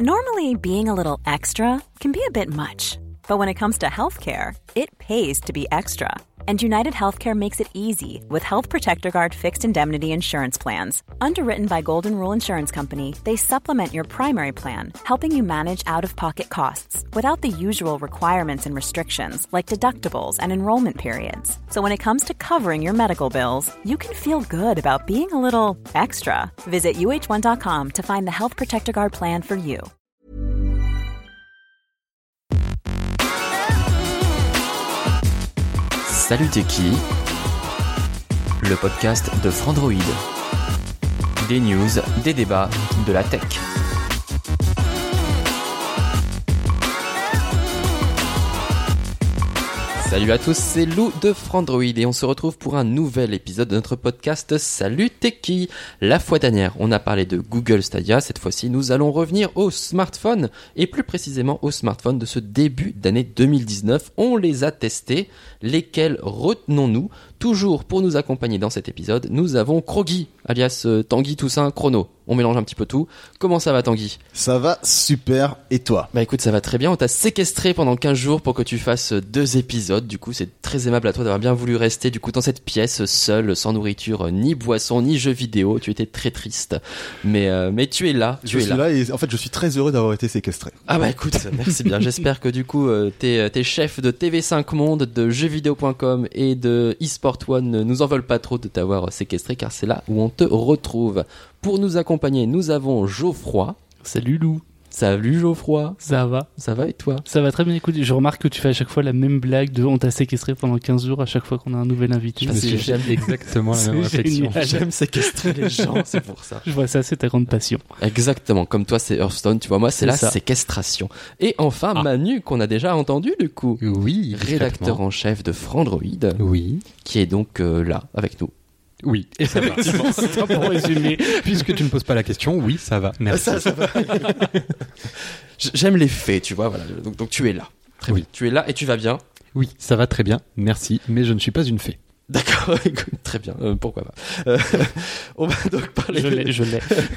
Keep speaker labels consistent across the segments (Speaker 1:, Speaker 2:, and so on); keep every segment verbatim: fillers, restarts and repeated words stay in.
Speaker 1: Normally, being a little extra can be a bit much. But when it comes to healthcare, it pays to be extra. And United Healthcare makes it easy with Health Protector Guard fixed indemnity insurance plans. Underwritten by Golden Rule Insurance Company, they supplement your primary plan, helping you manage out-of-pocket costs without the usual requirements and restrictions like deductibles and enrollment periods. So when it comes to covering your medical bills, you can feel good about being a little extra. Visit U H one dot com to find the Health Protector Guard plan for you.
Speaker 2: Salut t'es qui ? Le podcast de Frandroid. Des news, des débats, de la tech. Salut à tous, c'est Lou de Frandroid et on se retrouve pour un nouvel épisode de notre podcast Salut t'es qui ? La fois dernière, on a parlé de Google Stadia. Cette fois-ci, nous allons revenir au smartphone et plus précisément au smartphone de ce début d'année deux mille dix-neuf. On les a testés. Lesquels retenons-nous ? Toujours pour nous accompagner dans cet épisode, nous avons Kroggy, alias euh, Tanguy Toussaint Chrono. On mélange un petit peu tout. Comment ça va Tanguy ?
Speaker 3: Ça va super, et toi ?
Speaker 2: Bah écoute, ça va très bien. On t'a séquestré pendant quinze jours pour que tu fasses deux épisodes. Du coup, c'est très aimable à toi d'avoir bien voulu rester du coup dans cette pièce seule, sans nourriture, ni boisson, ni jeux vidéo. Tu étais très triste, mais euh, mais tu es là. Tu
Speaker 3: je
Speaker 2: es
Speaker 3: suis
Speaker 2: là.
Speaker 3: là et en fait, je suis très heureux d'avoir été séquestré.
Speaker 2: Ah bah écoute, merci bien. J'espère que du coup, euh, tes tes chefs de T V cinq Monde, de jeux vidéo point com et de eSport One ne nous en veulent pas trop de t'avoir séquestré, car c'est là où on te retrouve. Pour nous accompagner, nous avons Geoffroy.
Speaker 4: Salut Lou.
Speaker 2: Salut Geoffroy.
Speaker 4: Ça va ?
Speaker 2: Ça va et toi ?
Speaker 4: Ça va très bien. Écoute, je remarque que tu fais à chaque fois la même blague de on t'a séquestré pendant quinze jours à chaque fois qu'on a un nouvel invité.
Speaker 2: Parce que j'aime
Speaker 5: exactement la même
Speaker 4: C'est
Speaker 5: réflexion.
Speaker 4: génial.
Speaker 2: J'aime séquestrer les gens, c'est pour ça.
Speaker 4: Je vois ça, c'est ta grande passion.
Speaker 2: Exactement, comme toi c'est Hearthstone, tu vois, moi c'est,
Speaker 4: C'est
Speaker 2: la
Speaker 4: ça.
Speaker 2: séquestration. Et enfin
Speaker 5: Ah.
Speaker 2: Manu, qu'on a déjà entendu du coup,
Speaker 5: Oui,
Speaker 2: rédacteur en chef de Frandroid,
Speaker 5: Oui,
Speaker 2: qui est donc euh, là avec nous.
Speaker 5: oui. Et ça va.
Speaker 4: C'est pour résumer.
Speaker 5: Puisque tu ne poses pas la question, oui, ça va. Merci.
Speaker 2: Ça, ça va. J'aime les faits, tu vois, voilà. Donc, donc tu es là. Très
Speaker 5: Oui.
Speaker 2: bien. Tu es là et tu vas bien.
Speaker 5: Oui, ça va très bien. Merci, mais je ne suis pas une fée.
Speaker 2: D'accord, écoute, très bien, euh, pourquoi pas. Euh, on va donc parler.
Speaker 4: Je l'ai, je l'ai.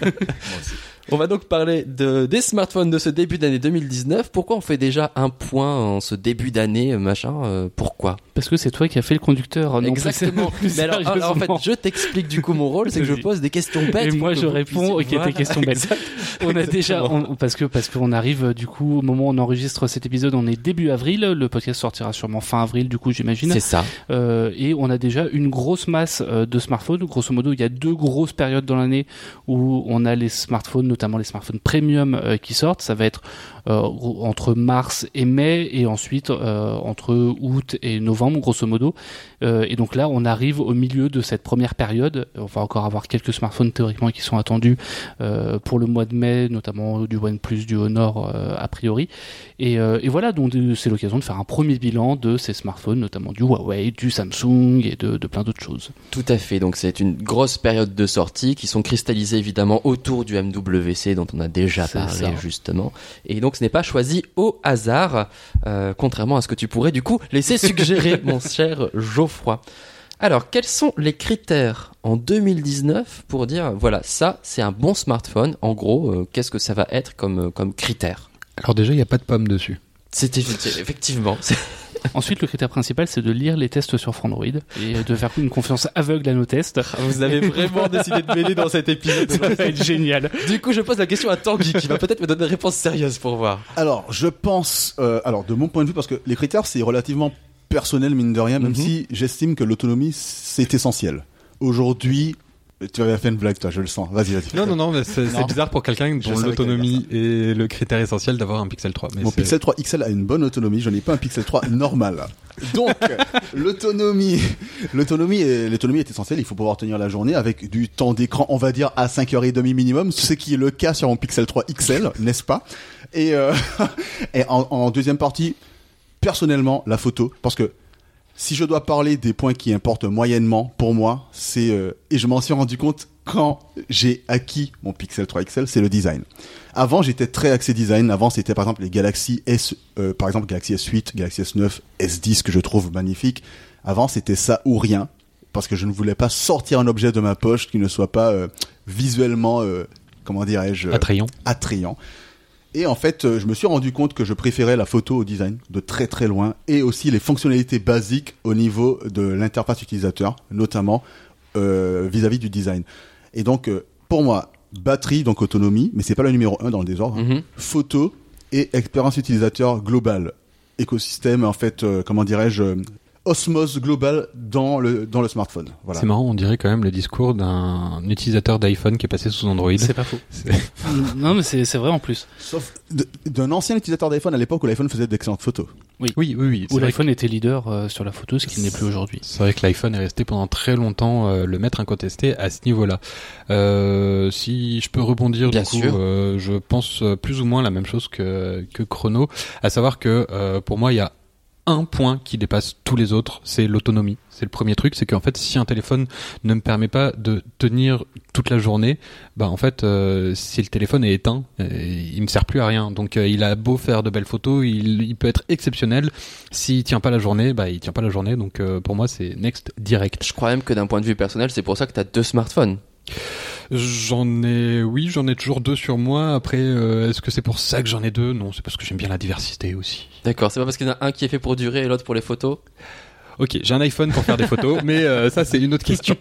Speaker 2: On va donc parler de, des smartphones de ce début d'année deux mille dix-neuf. Pourquoi on fait déjà un point en ce début d'année, machin euh, Pourquoi ?
Speaker 4: Parce que c'est toi qui as fait le conducteur. Non,
Speaker 2: Exactement.
Speaker 4: plus- plus
Speaker 2: Mais alors, alors, en fait,
Speaker 4: sérieusement.
Speaker 2: je t'explique du coup mon rôle, c'est que je
Speaker 4: Vas-y.
Speaker 2: pose des questions bêtes.
Speaker 4: Et moi,
Speaker 2: pour que
Speaker 4: je
Speaker 2: vous
Speaker 4: réponds
Speaker 2: puissiez-
Speaker 4: ok, tes
Speaker 2: Voilà.
Speaker 4: questions bêtes.
Speaker 2: Exact.
Speaker 4: On a déjà,
Speaker 2: Exactement.
Speaker 4: on- parce que parce qu'on arrive euh, du coup au moment où on enregistre cet épisode, on est début avril. Le podcast sortira sûrement fin avril, du coup, j'imagine.
Speaker 2: C'est ça.
Speaker 4: Euh, et on a déjà une grosse masse euh, de smartphones. Grosso modo, il y a deux grosses périodes dans l'année où on a les smartphones, notamment les smartphones premium euh, qui sortent. Ça va être euh, entre mars et mai, et ensuite euh, entre août et novembre, grosso modo. Euh, et donc là, on arrive au milieu de cette première période. On va encore avoir quelques smartphones théoriquement qui sont attendus euh, pour le mois de mai, notamment du OnePlus, du Honor euh, a priori. Et, euh, et voilà, donc euh, c'est l'occasion de faire un premier bilan de ces smartphones, notamment du Huawei, du Samsung et de, de plein d'autres choses.
Speaker 2: Tout à fait. Donc c'est une grosse période de sortie qui sont cristallisées évidemment autour du M W C dont on a déjà
Speaker 4: C'est
Speaker 2: parlé
Speaker 4: ça.
Speaker 2: justement. Et donc ce n'est pas choisi au hasard, euh, contrairement à ce que tu pourrais du coup laisser suggérer, mon cher Geoffroy. Alors, quels sont les critères en deux mille dix-neuf pour dire, voilà, ça, c'est un bon smartphone. En gros, euh, qu'est-ce que ça va être comme, comme critère ?
Speaker 5: Alors déjà, il n'y a pas de pomme dessus.
Speaker 2: C'est effe- effectivement. c'est-
Speaker 4: Ensuite, le critère principal, c'est de lire les tests sur Frandroid et de faire une confiance aveugle à nos tests.
Speaker 2: Vous avez vraiment décidé de m'aider dans cet épisode.
Speaker 4: Ça va être génial.
Speaker 2: Du coup, je pose la question à Tanguy qui va peut-être me donner une réponse sérieuse pour voir.
Speaker 3: Alors, je pense, euh, alors de mon point de vue, parce que les critères, c'est relativement personnel, mine de rien, même
Speaker 2: Mhm.
Speaker 3: si j'estime que l'autonomie, c'est essentiel. Aujourd'hui, tu avais fait une blague, toi, je le sens. Vas-y, vas-y.
Speaker 5: Non, non, non, mais c'est, c'est
Speaker 3: Non.
Speaker 5: bizarre pour quelqu'un
Speaker 3: Je
Speaker 5: dont
Speaker 3: savais
Speaker 5: l'autonomie est le critère essentiel d'avoir un Pixel trois. Mais
Speaker 3: Mon
Speaker 5: c'est-
Speaker 3: Pixel trois X L a une bonne autonomie, je n'ai pas un Pixel trois normal. Donc, l'autonomie, l'autonomie est, l'autonomie est essentielle, il faut pouvoir tenir la journée avec du temps d'écran, on va dire, à cinq heures trente minimum, ce qui est le cas sur mon Pixel trois X L, n'est-ce pas? Et, euh, et en, en deuxième partie, personnellement, la photo, parce que si je dois parler des points qui importent moyennement, pour moi, c'est, euh, et je m'en suis rendu compte quand j'ai acquis mon Pixel trois X L, c'est le design. Avant, j'étais très axé design. Avant, c'était par exemple les Galaxy S, euh, par exemple Galaxy S huit, Galaxy S neuf, S dix que je trouve magnifique. Avant, c'était ça ou rien, parce que je ne voulais pas sortir un objet de ma poche qui ne soit pas euh, visuellement, euh, comment dirais-je,
Speaker 5: Attrayant.
Speaker 3: attrayant. Et en fait, euh, je me suis rendu compte que je préférais la photo au design de très très loin et aussi les fonctionnalités basiques au niveau de l'interface utilisateur, notamment euh, vis-à-vis du design. Et donc, euh, pour moi, batterie, donc autonomie, mais c'est pas le numéro un dans le désordre.
Speaker 2: Mm-hmm.
Speaker 3: Hein. Photo et expérience utilisateur globale, écosystème en fait, euh, comment dirais-je, euh, osmose globale dans le dans le smartphone. Voilà.
Speaker 5: C'est marrant, on dirait quand même le discours d'un utilisateur d'iPhone qui est passé sous Android.
Speaker 4: C'est pas faux.
Speaker 5: C'est-
Speaker 4: Non, mais c'est c'est vrai en plus.
Speaker 3: Sauf de- d'un ancien utilisateur d'iPhone à l'époque où l'iPhone faisait d'excellentes photos.
Speaker 5: Oui, oui, oui. c'est
Speaker 4: Où
Speaker 5: vrai
Speaker 4: l'iPhone était leader euh, sur la photo, ce qui n'est plus aujourd'hui.
Speaker 5: C'est vrai que l'iPhone est resté pendant très longtemps euh, le maître incontesté à ce niveau-là. Euh, si je peux rebondir,
Speaker 2: Bien
Speaker 5: du coup,
Speaker 2: sûr.
Speaker 5: euh, je pense euh, plus ou moins la même chose que que Chrono, à savoir que euh, pour moi il y a un point qui dépasse tous les autres, c'est l'autonomie. C'est le premier truc, c'est qu'en fait, si un téléphone ne me permet pas de tenir toute la journée, bah en fait, euh, si le téléphone est éteint, euh, il me sert plus à rien. Donc, euh, il a beau faire de belles photos, il, il peut être exceptionnel. S'il tient pas la journée, bah il tient pas la journée. Donc, euh, pour moi, c'est next direct.
Speaker 2: Je crois même que d'un point de vue personnel, c'est pour ça que t'as deux smartphones.
Speaker 5: J'en ai, oui, j'en ai toujours deux sur moi. Après, euh, est-ce que c'est pour ça que j'en ai deux? Non, c'est parce que j'aime bien la diversité aussi.
Speaker 2: D'accord, c'est pas parce qu'il y en a un qui est fait pour durer et l'autre pour les photos.
Speaker 5: Ok, j'ai un iPhone pour faire des photos, mais euh, ça c'est une autre question.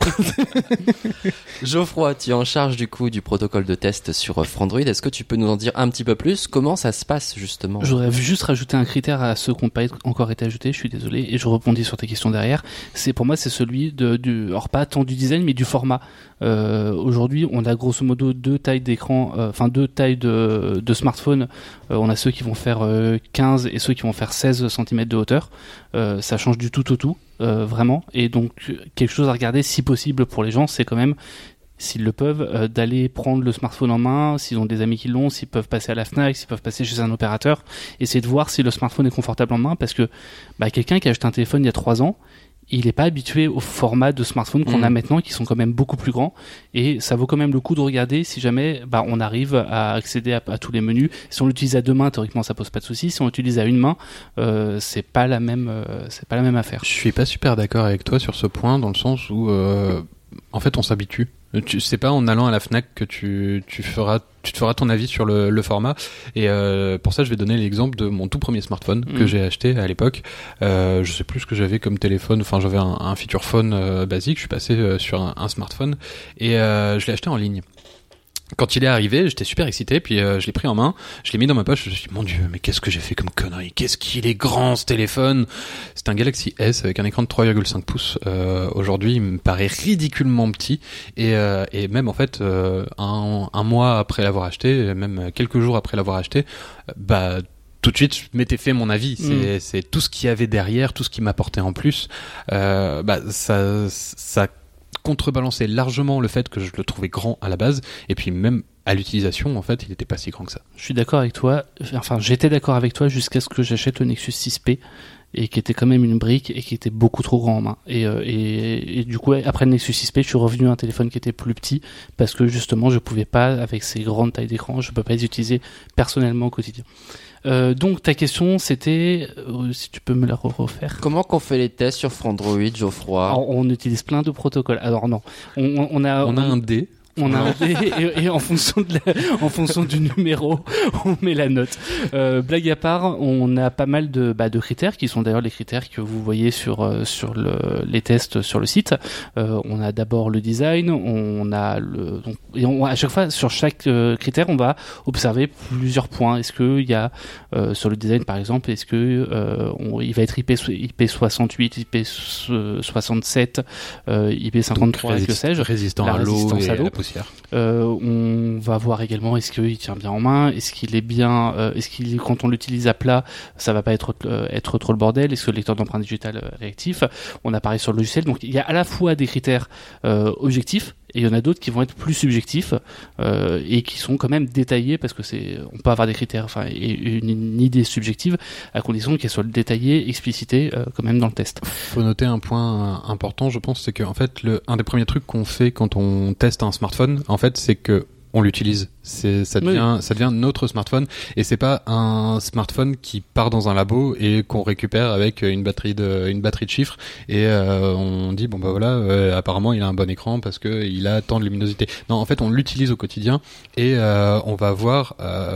Speaker 2: Geoffroy, tu es en charge du coup du protocole de test sur Frandroid. Est-ce que tu peux nous en dire un petit peu plus? Comment ça se passe justement?
Speaker 4: Je voudrais juste rajouter un critère à ceux qui n'ont pas encore été ajoutés, je suis désolé, et je rebondis sur tes questions derrière. C'est, pour moi, c'est celui de, du, alors pas tant du design, mais du format. Euh, aujourd'hui, on a grosso modo deux tailles d'écran, euh, enfin deux tailles de, de smartphone. Euh, on a ceux qui vont faire euh, quinze et ceux qui vont faire seize centimètres de hauteur. Euh, ça change du tout au tout, euh, vraiment. Et donc, quelque chose à regarder, si possible pour les gens, c'est quand même, s'ils le peuvent, euh, d'aller prendre le smartphone en main, s'ils ont des amis qui l'ont, s'ils peuvent passer à la Fnac, s'ils peuvent passer chez un opérateur, essayer de voir si le smartphone est confortable en main, parce que bah, quelqu'un qui a acheté un téléphone il y a trois ans, il n'est pas habitué au format de smartphone qu'on
Speaker 2: Mmh.
Speaker 4: a maintenant, qui sont quand même beaucoup plus grands, et ça vaut quand même le coup de regarder si jamais bah, on arrive à accéder à, à tous les menus. Si on l'utilise à deux mains, théoriquement ça pose pas de souci. Si on l'utilise à une main, euh, c'est pas la même, euh, c'est pas la même affaire.
Speaker 5: Je suis pas super d'accord avec toi sur ce point, dans le sens où, euh, en fait, on s'habitue. Tu sais pas en allant à la Fnac que tu tu feras tu te feras ton avis sur le, le format. Et euh, pour ça, je vais donner l'exemple de mon tout premier smartphone
Speaker 4: Mmh.
Speaker 5: que j'ai acheté à l'époque. Euh, je sais plus ce que j'avais comme téléphone. Enfin, j'avais un, un feature phone euh, basique. Je suis passé euh, sur un, un smartphone et euh, je l'ai acheté en ligne. Quand il est arrivé, j'étais super excité, puis euh, je l'ai pris en main, je l'ai mis dans ma poche, je me suis dit, mon Dieu, mais qu'est-ce que j'ai fait comme connerie? Qu'est-ce qu'il est grand, ce téléphone? C'est un Galaxy S avec un écran de trois virgule cinq pouces. Euh, aujourd'hui, il me paraît ridiculement petit, et, euh, et même en fait, euh, un, un mois après l'avoir acheté, même quelques jours après l'avoir acheté, euh, bah tout de suite, je m'étais fait mon avis. C'est,
Speaker 4: Mm.
Speaker 5: c'est tout ce qu'il y avait derrière, tout ce qui m'apportait en plus. Euh, bah ça, ça contrebalançait largement le fait que je le trouvais grand à la base, et puis même à l'utilisation, en fait, il n'était pas si grand que ça.
Speaker 4: Je suis d'accord avec toi. Enfin, j'étais d'accord avec toi jusqu'à ce que j'achète le Nexus six P, et qui était quand même une brique et qui était beaucoup trop grand en main. Et, euh, et, et du coup, après le Nexus six P, je suis revenu à un téléphone qui était plus petit, parce que justement, je pouvais pas, avec ces grandes tailles d'écran, je peux pas les utiliser personnellement au quotidien. Euh, donc ta question, c'était, euh, si tu peux me la refaire.
Speaker 2: Comment qu'on fait les tests sur Frandroid, Geoffroy?
Speaker 4: Alors, on utilise plein de protocoles. Alors non, on, on, on a
Speaker 5: On a un dé.
Speaker 4: On a un dé et, et en fonction de la, en fonction du numéro, on met la note. Euh, blague à part, on a pas mal de bah, de critères qui sont d'ailleurs les critères que vous voyez sur euh, sur le, les tests sur le site. Euh, on a d'abord le design, on a le donc, et on, à chaque fois sur chaque euh, critère, on va observer plusieurs points. Est-ce que il y a euh, sur le design par exemple, est-ce que euh, on, il va être I P I P soixante-huit, I P soixante-sept, euh, I P cinquante-trois,
Speaker 5: Donc,
Speaker 4: que sais-je,
Speaker 5: résistant
Speaker 4: la
Speaker 5: à l'eau
Speaker 4: résistance
Speaker 5: et
Speaker 4: à
Speaker 5: à
Speaker 4: l'eau.
Speaker 5: la poussière.
Speaker 4: Euh, on va voir également est-ce qu'il tient bien en main, est-ce qu'il est bien, euh, est-ce qu'il quand on l'utilise à plat, ça va pas être euh, être trop le bordel, est-ce que le lecteur d'empreintes digitales euh, réactif. On a pareil sur le logiciel, donc il y a à la fois des critères euh, objectifs et il y en a d'autres qui vont être plus subjectifs euh, et qui sont quand même détaillés parce que c'est on peut avoir des critères, enfin et une, une idée subjective à condition qu'elle soit détaillée, explicitée euh, quand même dans le test.
Speaker 5: Faut noter un point important, je pense, c'est que en fait, le, un des premiers trucs qu'on fait quand on teste un smartphone, en fait, c'est que on l'utilise. C'est, ça devient,
Speaker 4: Oui.
Speaker 5: ça devient notre smartphone, et c'est pas un smartphone qui part dans un labo et qu'on récupère avec une batterie de, une batterie de chiffres et euh, on dit bon bah voilà, euh, apparemment il a un bon écran parce que il a tant de luminosité. Non, en fait, on l'utilise au quotidien et euh, on va voir. Euh,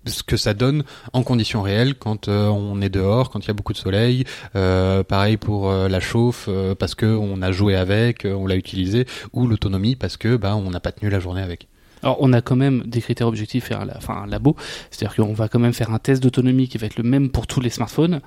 Speaker 5: ce que ça donne en conditions réelles quand euh, on est dehors, quand il y a beaucoup de soleil. Euh, pareil pour euh, la chauffe euh, parce que on a joué avec, euh, on l'a utilisé, ou l'autonomie parce que bah on n'a pas tenu la journée avec.
Speaker 4: Alors, on a quand même des critères objectifs et un, enfin, un labo, c'est-à-dire qu'on va quand même faire un test d'autonomie qui va être le même pour tous les smartphones,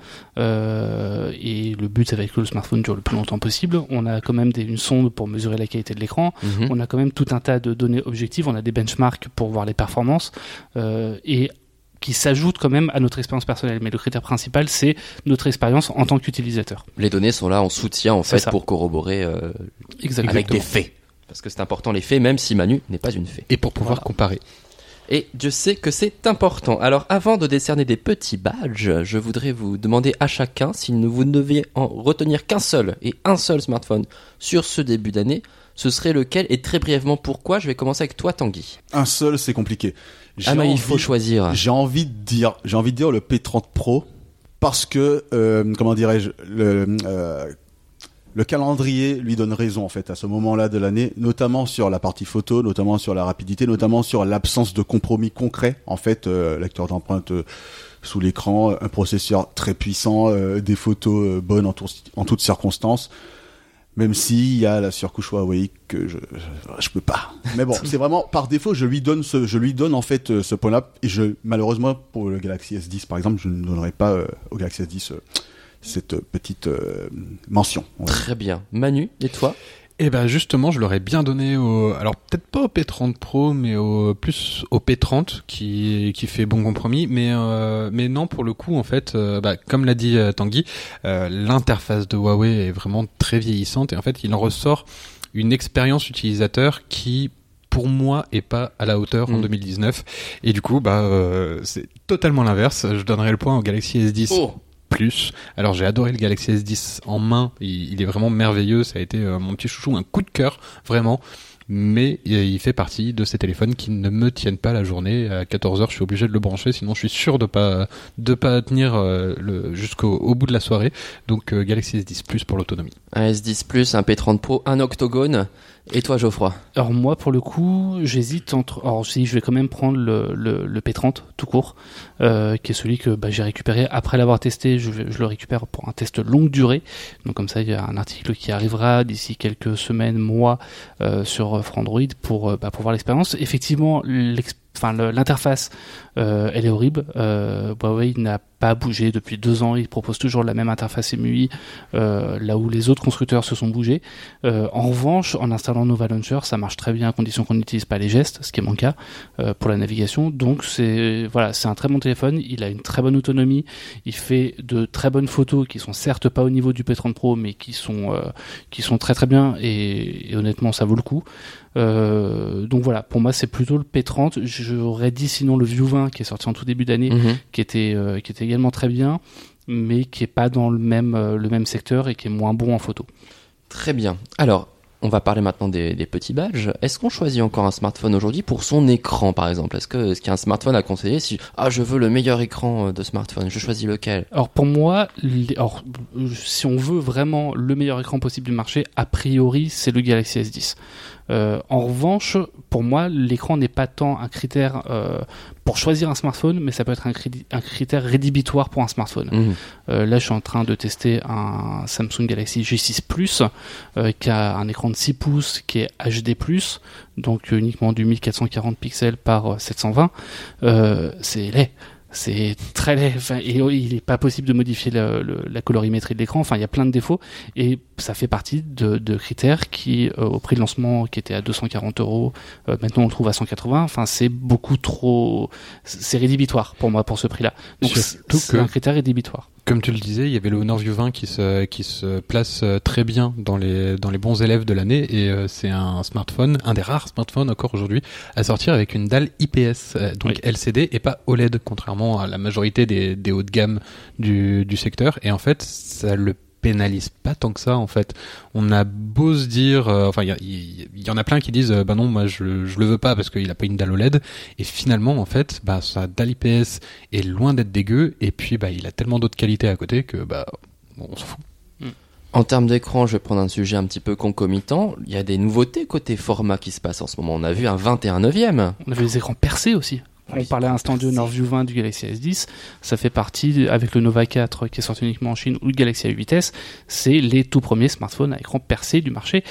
Speaker 4: euh, et le but, ça va être que le smartphone dure le plus longtemps possible. On a quand même des, une sonde pour mesurer la qualité de l'écran,
Speaker 2: Mhm.
Speaker 4: on a quand même tout un tas de données objectives, on a des benchmarks pour voir les performances, euh, et qui s'ajoutent quand même à notre expérience personnelle. Mais le critère principal, c'est notre expérience en tant qu'utilisateur.
Speaker 2: Les données sont là en soutien en
Speaker 4: C'est
Speaker 2: fait
Speaker 4: ça.
Speaker 2: pour corroborer euh,
Speaker 4: Exactement.
Speaker 2: avec des faits. Parce que c'est important les faits, même si Manu n'est pas une fée.
Speaker 5: Et pour pouvoir
Speaker 4: Voilà.
Speaker 5: comparer.
Speaker 2: Et Dieu sait que c'est important. Alors avant de décerner des petits badges, je voudrais vous demander à chacun si vous ne deviez en retenir qu'un seul et un seul smartphone sur ce début d'année, ce serait lequel et très brièvement pourquoi. Je vais commencer avec toi Tanguy.
Speaker 3: Un seul, c'est compliqué. J'ai
Speaker 2: Ah mais
Speaker 3: envie-
Speaker 2: il faut choisir.
Speaker 3: J'ai envie de dire, j'ai envie de dire le P trente Pro parce que euh, comment dirais-je, le euh, le calendrier lui donne raison en fait à ce moment-là de l'année, notamment sur la partie photo, notamment sur la rapidité, notamment sur l'absence de compromis concret. En fait, euh, lecteur d'empreintes euh, sous l'écran, un processeur très puissant, euh, des photos euh, bonnes en, tout- en toutes circonstances. Même s'il y a la surcouche Huawei que je, je je peux pas. Mais bon, c'est vraiment par défaut, je lui donne ce je lui donne en fait euh, ce point-là et je malheureusement pour le Galaxy S dix par exemple, je ne donnerai pas euh, au Galaxy S dix euh, cette euh, petite euh, mention. on va dire.
Speaker 2: Très bien. Manu, et toi?
Speaker 5: Et ben justement, je l'aurais bien donné au, alors peut-être pas au P trente Pro, mais au plus au P trente qui qui fait bon compromis. Mais euh, mais non, pour le coup, en fait, euh, bah, comme l'a dit euh, Tanguy, euh, l'interface de Huawei est vraiment très vieillissante et en fait, il en ressort une expérience utilisateur qui pour moi est pas à la hauteur en
Speaker 2: Mm.
Speaker 5: deux mille dix-neuf. Et du coup, bah euh, c'est totalement l'inverse. Je donnerais le point au Galaxy S dix.
Speaker 2: Oh,
Speaker 5: Plus. Alors j'ai adoré le Galaxy S dix en main, il, il est vraiment merveilleux, ça a été euh, mon petit chouchou, un coup de cœur, vraiment. Mais il, il fait partie de ces téléphones qui ne me tiennent pas la journée. À quatorze heures, je suis obligé de le brancher, sinon je suis sûr de pas de pas tenir euh, le, jusqu'au au bout de la soirée. Donc euh, Galaxy S dix Plus pour l'autonomie.
Speaker 2: un S dix Plus, un P trente Pro, un octogone. Et toi Geoffroy?
Speaker 4: Alors moi, pour le coup, j'hésite entre... Alors si, je vais quand même prendre le, le, le P trente tout court, euh, qui est celui que bah, j'ai récupéré après l'avoir testé. Je, vais- je le récupère pour un test longue durée. Donc comme ça, il y a un article qui arrivera d'ici quelques semaines, mois, euh, sur Frandroid pour, euh, bah, pour voir l'expérience. Effectivement, l'ex- enfin, le- l'interface, euh, elle est horrible. Euh, Huawei n'a pas bougé depuis deux ans. Il propose toujours la même interface M U I, euh, là où les autres constructeurs se sont bougés. Euh, en revanche, en installant Nova Launcher, ça marche très bien à condition qu'on n'utilise pas les gestes, ce qui est mon cas euh, pour la navigation. Donc c'est voilà, c'est un très bon téléphone. Il a une très bonne autonomie. Il fait de très bonnes photos qui sont certes pas au niveau du P trente Pro, mais qui sont euh, qui sont très très bien et, et honnêtement ça vaut le coup. Euh, donc voilà, pour moi c'est plutôt le P trente. J'aurais dit sinon le View vingt qui est sorti en tout début d'année,
Speaker 2: Mhm.
Speaker 4: qui était euh, qui était également très bien, mais qui est pas dans le même euh, le même secteur et qui est moins bon en photo.
Speaker 2: Très bien. Alors, on va parler maintenant des, des petits badges. Est-ce qu'on choisit encore un smartphone aujourd'hui pour son écran, par exemple? Est-ce que, est-ce qu'il y a un smartphone à conseiller si, ah, je veux le meilleur écran euh, de smartphone, je choisis lequel?
Speaker 4: Alors pour moi, les- alors, euh, si on veut vraiment le meilleur écran possible du marché, a priori c'est le Galaxy S dix. Euh, en revanche, pour moi, l'écran n'est pas tant un critère euh, pour choisir un smartphone, mais ça peut être un, crédit- un critère rédhibitoire pour un smartphone.
Speaker 2: Mhm.
Speaker 4: Euh, là, je suis en train de tester un Samsung Galaxy G six Plus euh, qui a un écran de six pouces qui est H D plus, donc euh, uniquement du mille quatre cent quarante pixels par euh, sept cent vingt. Euh, c'est laid. C'est très laid. Enfin, et oh, il n'est pas possible de modifier le- le- la colorimétrie de l'écran. Enfin, il y a plein de défauts. Et ça fait partie de, de critères qui, euh, au prix de lancement qui était à deux cent quarante euros, euh, maintenant on le trouve à cent quatre-vingts. Enfin, c'est beaucoup trop. C'est rédhibitoire pour moi pour ce prix-là. Donc,
Speaker 5: Surtout
Speaker 4: c'est
Speaker 5: que-
Speaker 4: un critère rédhibitoire.
Speaker 5: Comme tu le disais, il y avait le Honor View vingt qui se qui se place euh, très bien dans les dans les bons élèves de l'année et euh, c'est un smartphone, un des rares smartphones encore aujourd'hui à sortir avec une dalle I P S, euh, donc
Speaker 4: Oui.
Speaker 5: L C D et pas O L E D, contrairement à la majorité des des hauts de gamme du du secteur. Et en fait, ça le pénalise pas tant que ça en fait. On a beau se dire, euh, enfin il y, a- il y, y en a plein qui disent, euh, bah non moi je je le veux pas parce qu'il a pas une dalle O L E D. Et finalement en fait, bah sa dalle I P S est loin d'être dégueu et puis bah il a tellement d'autres qualités à côté que bah on s'en fout.
Speaker 2: En termes d'écran, je vais prendre un sujet un petit peu concomitant. Il y a des nouveautés côté format qui se passent en ce moment. On a vu un vingt et un neuvième.
Speaker 4: On avait les écrans percés aussi. On parlait à l'instant de Nord View vingt du Galaxy S dix, ça fait partie, avec le Nova quatre qui est sorti uniquement en Chine, ou le Galaxy A huit S, c'est les tout premiers smartphones à écran percé du marché.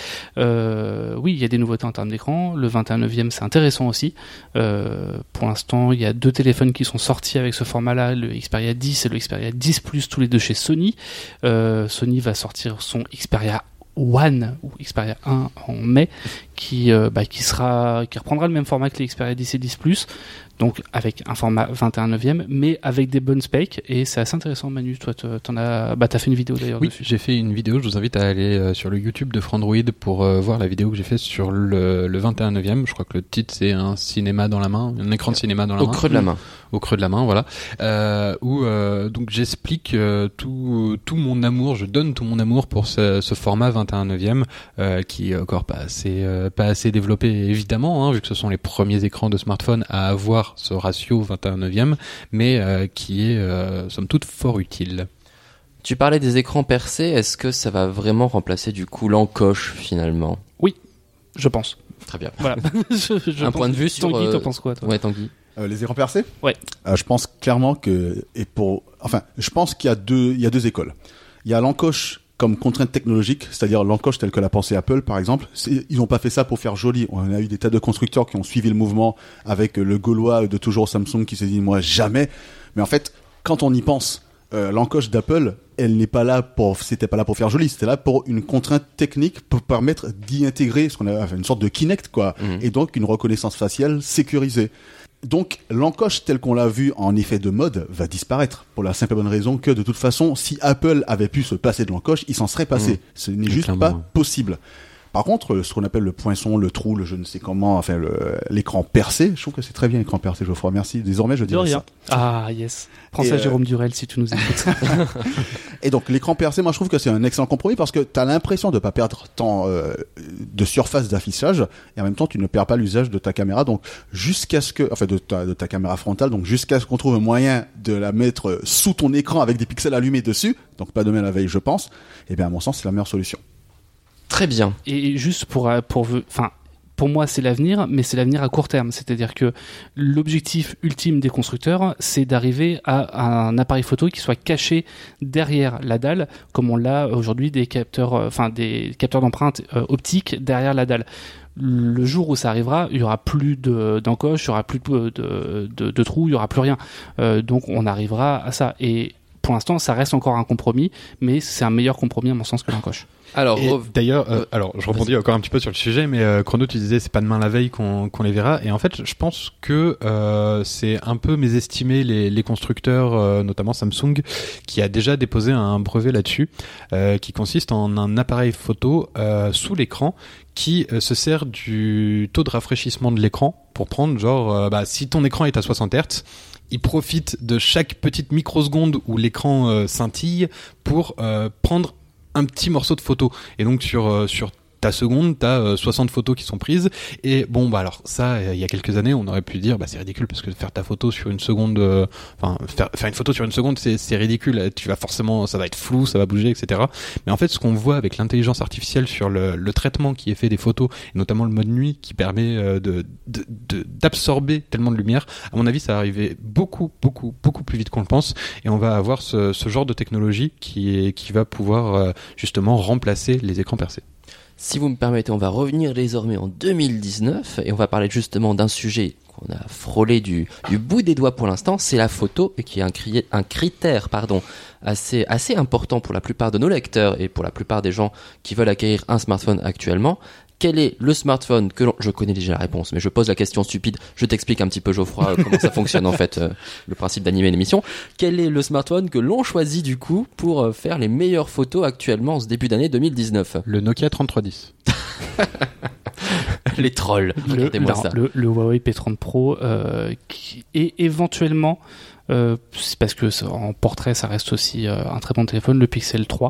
Speaker 4: Euh, oui, il y a des nouveautés en termes d'écran, le vingt et un neuvième c'est intéressant aussi. Euh, pour l'instant, il y a deux téléphones qui sont sortis avec ce format-là, le Xperia dix et le Xperia dix Plus, tous les deux chez Sony. Euh, Sony va sortir son Xperia One ou Xperia un en mai, qui euh, bah, qui sera qui reprendra le même format que les Xperia dix et dix Plus, donc avec un format vingt et un neuvième, mais avec des bonnes specs, et c'est assez intéressant. Manu, toi t'en as bah t'as fait une vidéo d'ailleurs
Speaker 5: oui,
Speaker 4: dessus.
Speaker 5: J'ai fait une vidéo, je vous invite à aller euh, sur le YouTube de Frandroid pour euh, voir la vidéo que j'ai faite sur le, le vingt et un neuvième. Je crois que le titre c'est un cinéma dans la main, un écran de cinéma dans la
Speaker 2: Au
Speaker 5: main.
Speaker 2: creux de la main.
Speaker 5: Au creux de la main, voilà. Euh, où euh, donc j'explique euh, tout tout mon amour, je donne tout mon amour pour ce, ce format vingt et un neuvième euh, qui est encore pas assez euh, pas assez développé évidemment, hein, vu que ce sont les premiers écrans de smartphone à avoir ce ratio vingt et un neuvième, mais euh, qui est euh, somme toute fort utile.
Speaker 2: Tu parlais des écrans percés, est-ce que ça va vraiment remplacer du coup l'encoche finalement?
Speaker 4: Oui, je pense.
Speaker 2: Très bien.
Speaker 4: Voilà. je, je
Speaker 2: Un
Speaker 4: pense.
Speaker 2: point de vue sur...
Speaker 4: Tanguy,
Speaker 2: euh,
Speaker 4: t'en penses quoi toi?
Speaker 2: Ouais, Tanguy.
Speaker 3: Euh, les écrans percés?
Speaker 4: Ouais.
Speaker 3: Euh, je pense clairement que, et pour, enfin, je pense qu'il y a deux, il y a deux écoles. Il y a l'encoche comme contrainte technologique, c'est-à-dire l'encoche telle que l'a pensé Apple, par exemple. C'est, ils n'ont pas fait ça pour faire joli. On a eu des tas de constructeurs qui ont suivi le mouvement, avec le Gaulois de toujours Samsung qui s'est dit, moi, jamais. Mais en fait, quand on y pense, euh, l'encoche d'Apple, elle n'est pas là pour, c'était pas là pour faire joli, c'était là pour une contrainte technique pour permettre d'y intégrer ce qu'on a, enfin, une sorte de Kinect, quoi. Mmh. Et donc une reconnaissance faciale sécurisée. Donc, l'encoche telle qu'on l'a vu en effet de mode va disparaître pour la simple et bonne raison que de toute façon, si Apple avait pu se passer de l'encoche, il s'en serait passé. Mmh. Ce n'est juste pas ouais. possible. Par contre, ce qu'on appelle le poinçon, le trou, le je ne sais comment, enfin le, l'écran percé, je trouve que c'est très bien l'écran percé, Geoffroy, merci. Désormais, je dirais ça.
Speaker 4: Ah, yes. Prends ça, euh... Jérôme Durel, si tu nous écoutes.
Speaker 3: Et donc, l'écran percé, moi, je trouve que c'est un excellent compromis parce que tu as l'impression de pas perdre tant euh, de surface d'affichage et en même temps, tu ne perds pas l'usage de ta caméra. Donc, jusqu'à ce que, enfin, de ta, de ta caméra frontale, donc jusqu'à ce qu'on trouve un moyen de la mettre sous ton écran avec des pixels allumés dessus, donc pas demain la veille, je pense, et bien, à mon sens, c'est la meilleure solution.
Speaker 2: Très bien.
Speaker 4: Et juste pour, pour, enfin, pour moi, c'est l'avenir, mais c'est l'avenir à court terme. C'est-à-dire que l'objectif ultime des constructeurs, c'est d'arriver à un appareil photo qui soit caché derrière la dalle, comme on l'a aujourd'hui des capteurs, enfin des capteurs d'empreintes euh, optiques derrière la dalle. Le jour où ça arrivera, il y aura plus de, d'encoche, il y aura plus de, de, de, de trous, il y aura plus rien. Euh, donc, on arrivera à ça. Et pour l'instant, ça reste encore un compromis, mais c'est un meilleur compromis à mon sens que l'encoche.
Speaker 5: Alors, et d'ailleurs, euh, alors je rebondis encore un petit peu sur le sujet, mais euh, Chrono, tu disais c'est pas demain la veille qu'on, qu'on les verra, et en fait, je pense que euh, c'est un peu mésestimer les, les constructeurs, euh, notamment Samsung, qui a déjà déposé un brevet là-dessus, euh, qui consiste en un appareil photo euh, sous l'écran qui euh, se sert du taux de rafraîchissement de l'écran pour prendre genre, euh, bah, si ton écran est à soixante hertz, il profite de chaque petite microseconde où l'écran euh, scintille pour euh, prendre un petit morceau de photo. Et donc sur euh, sur ta seconde, t'as euh, soixante photos qui sont prises. Et bon, bah alors ça, euh, il y a quelques années, on aurait pu dire, bah c'est ridicule parce que faire ta photo sur une seconde, euh, enfin faire faire une photo sur une seconde, c'est c'est ridicule. Tu vas forcément, ça va être flou, ça va bouger, et cetera. Mais en fait, ce qu'on voit avec l'intelligence artificielle sur le, le traitement qui est fait des photos, et notamment le mode nuit qui permet euh, de, de de d'absorber tellement de lumière, à mon avis, ça va arriver beaucoup beaucoup beaucoup plus vite qu'on le pense, et on va avoir ce ce genre de technologie qui est qui va pouvoir euh, justement remplacer les écrans percés.
Speaker 2: Si vous me permettez, on va revenir désormais en deux mille dix-neuf et on va parler justement d'un sujet qu'on a frôlé du, du bout des doigts pour l'instant, c'est la photo, et qui est un, cri- un critère pardon, assez, assez important pour la plupart de nos lecteurs et pour la plupart des gens qui veulent acquérir un smartphone actuellement. Quel est le smartphone que l'on... Je connais déjà la réponse, mais je pose la question stupide. Je t'explique un petit peu, Geoffroy, comment ça fonctionne en fait, euh, le principe d'animer une émission. Quel est le smartphone que l'on choisit du coup pour euh, faire les meilleures photos actuellement en ce début d'année deux mille dix-neuf?
Speaker 5: Le Nokia trente-trois dix.
Speaker 2: Les trolls, regardez-moi
Speaker 4: le,
Speaker 2: ça.
Speaker 4: Le, le Huawei P trente Pro, euh, qui est éventuellement... Euh, c'est parce que en portrait ça reste aussi euh, un très bon téléphone, le Pixel trois,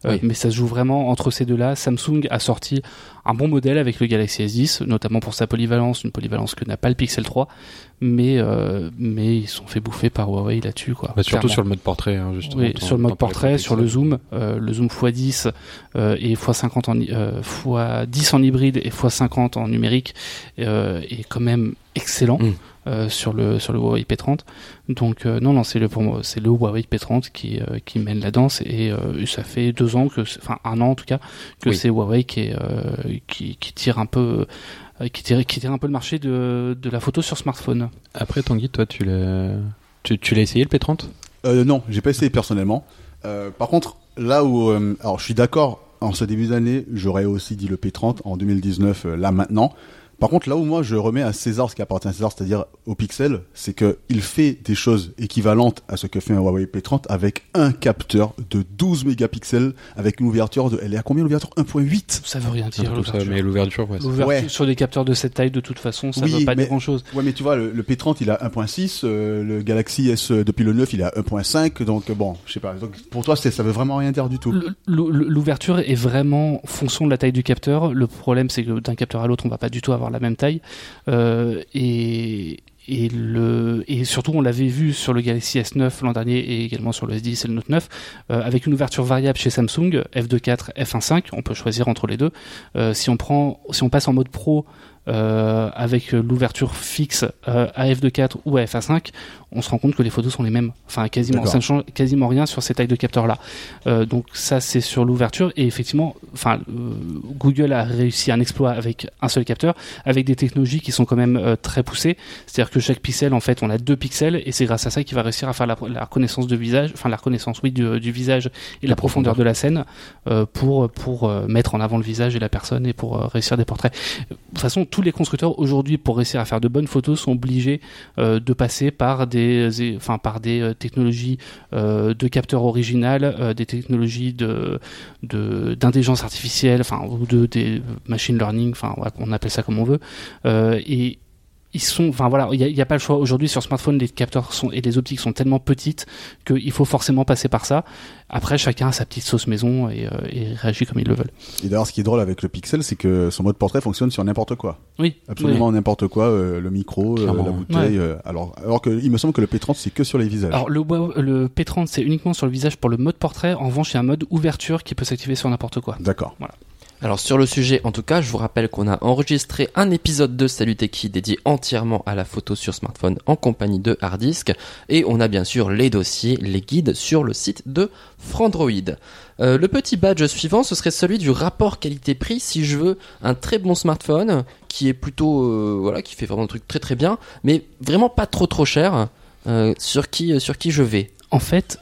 Speaker 4: Euh,
Speaker 2: Oui.
Speaker 4: mais ça se joue vraiment entre ces deux-là. Samsung a sorti un bon modèle avec le Galaxy S dix, notamment pour sa polyvalence, une polyvalence que n'a pas le Pixel trois, mais euh, mais ils sont fait bouffer par Huawei là-dessus, quoi.
Speaker 5: Bah, surtout
Speaker 4: clairement.
Speaker 5: sur le mode portrait, hein, justement.
Speaker 4: Oui,
Speaker 5: T'en-
Speaker 4: sur le
Speaker 5: t'en
Speaker 4: mode
Speaker 5: parlais
Speaker 4: portrait,
Speaker 5: pas,
Speaker 4: sur le
Speaker 5: Pixel.
Speaker 4: zoom, euh, le zoom fois dix euh, et fois cinquante en hy- euh, fois dix en hybride et fois cinquante en numérique euh, est quand même excellent.
Speaker 2: Mm.
Speaker 4: Euh, sur le sur le Huawei P trente. Donc euh, non non c'est le pour moi c'est le Huawei P trente qui euh, qui mène la danse et euh, ça fait deux ans que c'est- enfin un an en tout cas que
Speaker 2: Oui.
Speaker 4: c'est Huawei qui est euh, qui qui tire un peu euh, qui tire qui tire un peu le marché de de la photo sur smartphone.
Speaker 5: Après, Tanguy, toi, tu l'as, tu, tu l'as essayé le P trente?
Speaker 3: Euh, non, j'ai pas essayé personnellement. Euh, par contre, là où, euh, alors je suis d'accord, en ce début d'année, j'aurais aussi dit le P trente en deux mille dix-neuf, euh, là maintenant. Par contre, là où moi je remets à César ce qui appartient à César, c'est-à-dire au Pixel, c'est que il fait des choses équivalentes à ce que fait un Huawei P trente avec un capteur de douze mégapixels avec une ouverture de, elle est à combien l'ouverture? un virgule huit?
Speaker 4: Ça veut rien
Speaker 5: Un
Speaker 4: dire
Speaker 5: peu comme ça,
Speaker 4: l'ouverture.
Speaker 5: mais l'ouverture, ouais. c'est-
Speaker 4: L'ouverture
Speaker 3: Ouais.
Speaker 4: sur des capteurs de cette taille de toute façon ça
Speaker 3: Oui,
Speaker 4: veut pas
Speaker 3: mais-
Speaker 4: dire grand chose.
Speaker 3: Ouais, mais tu vois, le, le P trente il a un virgule six, euh, le Galaxy S euh, depuis le neuf il a un virgule cinq, donc euh, bon, je sais pas. Donc pour toi, c'est, ça veut vraiment rien dire du tout.
Speaker 4: L'ouverture est vraiment fonction de la taille du capteur. Le problème, c'est que d'un capteur à l'autre, on va pas du tout avoir la même taille. Euh, et, et, le, et surtout, on l'avait vu sur le Galaxy S neuf l'an dernier et également sur le S dix et le Note neuf, euh, avec une ouverture variable chez Samsung, f deux point quatre, f un point cinq. On peut choisir entre les deux. Euh, si on prend, si on passe en mode pro, euh, avec l'ouverture fixe euh, à f deux point quatre ou à f un point cinq, on se rend compte que les photos sont les mêmes. Enfin, quasiment,
Speaker 3: D'accord.
Speaker 4: ça ne change quasiment rien sur ces tailles de capteurs-là. Euh, donc ça, c'est sur l'ouverture. Et effectivement, enfin, euh, Google a réussi un exploit avec un seul capteur, avec des technologies qui sont quand même euh, très poussées. C'est-à-dire que chaque pixel, en fait, on a deux pixels, et c'est grâce à ça qu'il va réussir à faire la, la reconnaissance de visage, enfin la reconnaissance, oui, du, du visage et la, la profondeur de la scène euh, pour pour euh, mettre en avant le visage et la personne et pour euh, réussir des portraits. De toute façon, tous les constructeurs aujourd'hui, pour réussir à faire de bonnes photos, sont obligés euh, de passer par des enfin par des euh, technologies euh, de capteurs originales, euh, des technologies de de d'intelligence artificielle, enfin ou de des machine learning, enfin ouais, on appelle ça comme on veut, euh, et ils sont, enfin voilà, il y, y a pas le choix aujourd'hui sur smartphone. Les capteurs sont et les optiques sont tellement petites qu'il faut forcément passer par ça. Après, chacun a sa petite sauce maison et, euh, et réagit comme ils le veulent.
Speaker 3: Et d'ailleurs, ce qui est drôle avec le Pixel, c'est que son mode portrait fonctionne sur n'importe quoi.
Speaker 4: Oui,
Speaker 3: Absolument
Speaker 4: oui.
Speaker 3: n'importe quoi, euh, le micro, euh,
Speaker 5: Clairement.
Speaker 3: la bouteille.
Speaker 4: Ouais.
Speaker 3: euh, alors, alors que il me semble que le P trente c'est que sur les visages.
Speaker 4: Alors le, le P trente c'est uniquement sur le visage pour le mode portrait. En revanche, il y a un mode ouverture qui peut s'activer sur n'importe quoi.
Speaker 3: D'accord.
Speaker 2: Alors sur le sujet, en tout cas, je vous rappelle qu'on a enregistré un épisode de Salut Techie dédié entièrement à la photo sur smartphone en compagnie de Hardisk, et on a bien sûr les dossiers, les guides sur le site de Frandroid. Euh, le petit badge suivant, ce serait celui du rapport qualité-prix si je veux un très bon smartphone qui est plutôt euh, voilà, qui fait vraiment un truc très très bien, mais vraiment pas trop trop cher. Euh, sur qui sur qui je vais?
Speaker 4: En fait,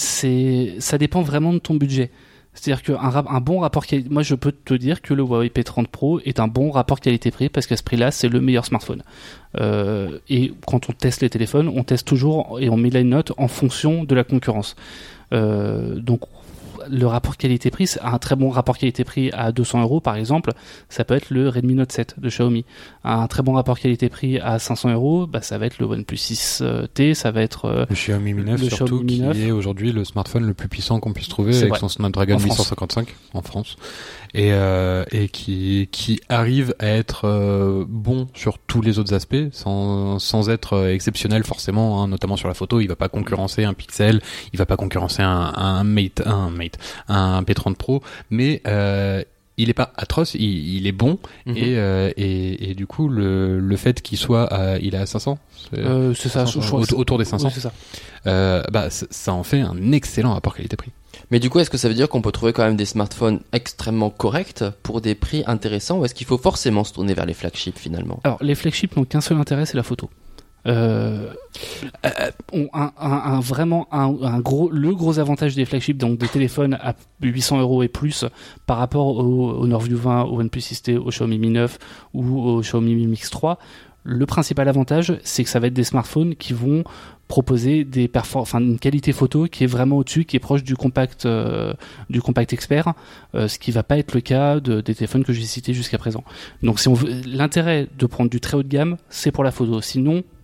Speaker 4: c'est ça dépend vraiment de ton budget. C'est-à-dire qu'un un bon rapport qualité, moi je peux te dire que le Huawei P trente Pro est un bon rapport qualité-prix parce qu'à ce prix-là, c'est le meilleur smartphone. Euh, et quand on teste les téléphones, on teste toujours et on met la note en fonction de la concurrence. Euh, donc le rapport qualité-prix, c'est un très bon rapport qualité-prix à deux cents euros par exemple, ça peut être le Redmi Note sept de Xiaomi. Un très bon rapport qualité-prix à cinq cents euros, bah, ça va être le OnePlus six T, ça va être euh,
Speaker 5: Le Xiaomi Mi neuf
Speaker 4: le
Speaker 5: surtout,
Speaker 4: Xiaomi Mi
Speaker 5: qui
Speaker 4: neuf.
Speaker 5: est aujourd'hui le smartphone le plus puissant qu'on puisse trouver
Speaker 4: C'est
Speaker 5: avec
Speaker 4: vrai.
Speaker 5: son Snapdragon
Speaker 4: En France.
Speaker 5: huit cent cinquante-cinq en France, et euh, et qui qui arrive à être euh, bon sur tous les autres aspects sans sans être euh, exceptionnel forcément, hein, notamment sur la photo. Il va pas concurrencer un Pixel, il va pas concurrencer un un Mate un Mate un P trente Pro, mais euh, il est pas atroce, il, il est bon,
Speaker 2: Mhm.
Speaker 5: et, euh, et et du coup le le fait qu'il soit à, il est à cinq cents, c'est-
Speaker 4: euh, c'est ça, je, je crois que
Speaker 5: autour, autour des cinq cents,
Speaker 4: oui, c'est ça.
Speaker 5: euh, bah c- ça en fait un excellent rapport qualité-prix.
Speaker 2: Mais du coup, est-ce que ça veut dire qu'on peut trouver quand même des smartphones extrêmement corrects pour des prix intéressants, ou est-ce qu'il faut forcément se tourner vers les flagships finalement?
Speaker 4: Alors, les flagships n'ont qu'un seul intérêt, c'est la photo. Euh, euh, ont un, un, un vraiment un, un gros, le gros avantage des flagships, donc des téléphones à huit cents euros et plus, par rapport au, au Nord View vingt, au OnePlus six T, au Xiaomi Mi neuf ou au Xiaomi Mi Mix trois. Le principal avantage, c'est que ça va être des smartphones qui vont proposer des perfor- enfin une qualité photo qui est vraiment au-dessus, qui est proche du compact, euh, du compact expert, euh, ce qui va pas être le cas de, des téléphones que j'ai cités jusqu'à présent. Donc, si on veut, l'intérêt de prendre du très haut de gamme, c'est pour la photo. Sinon,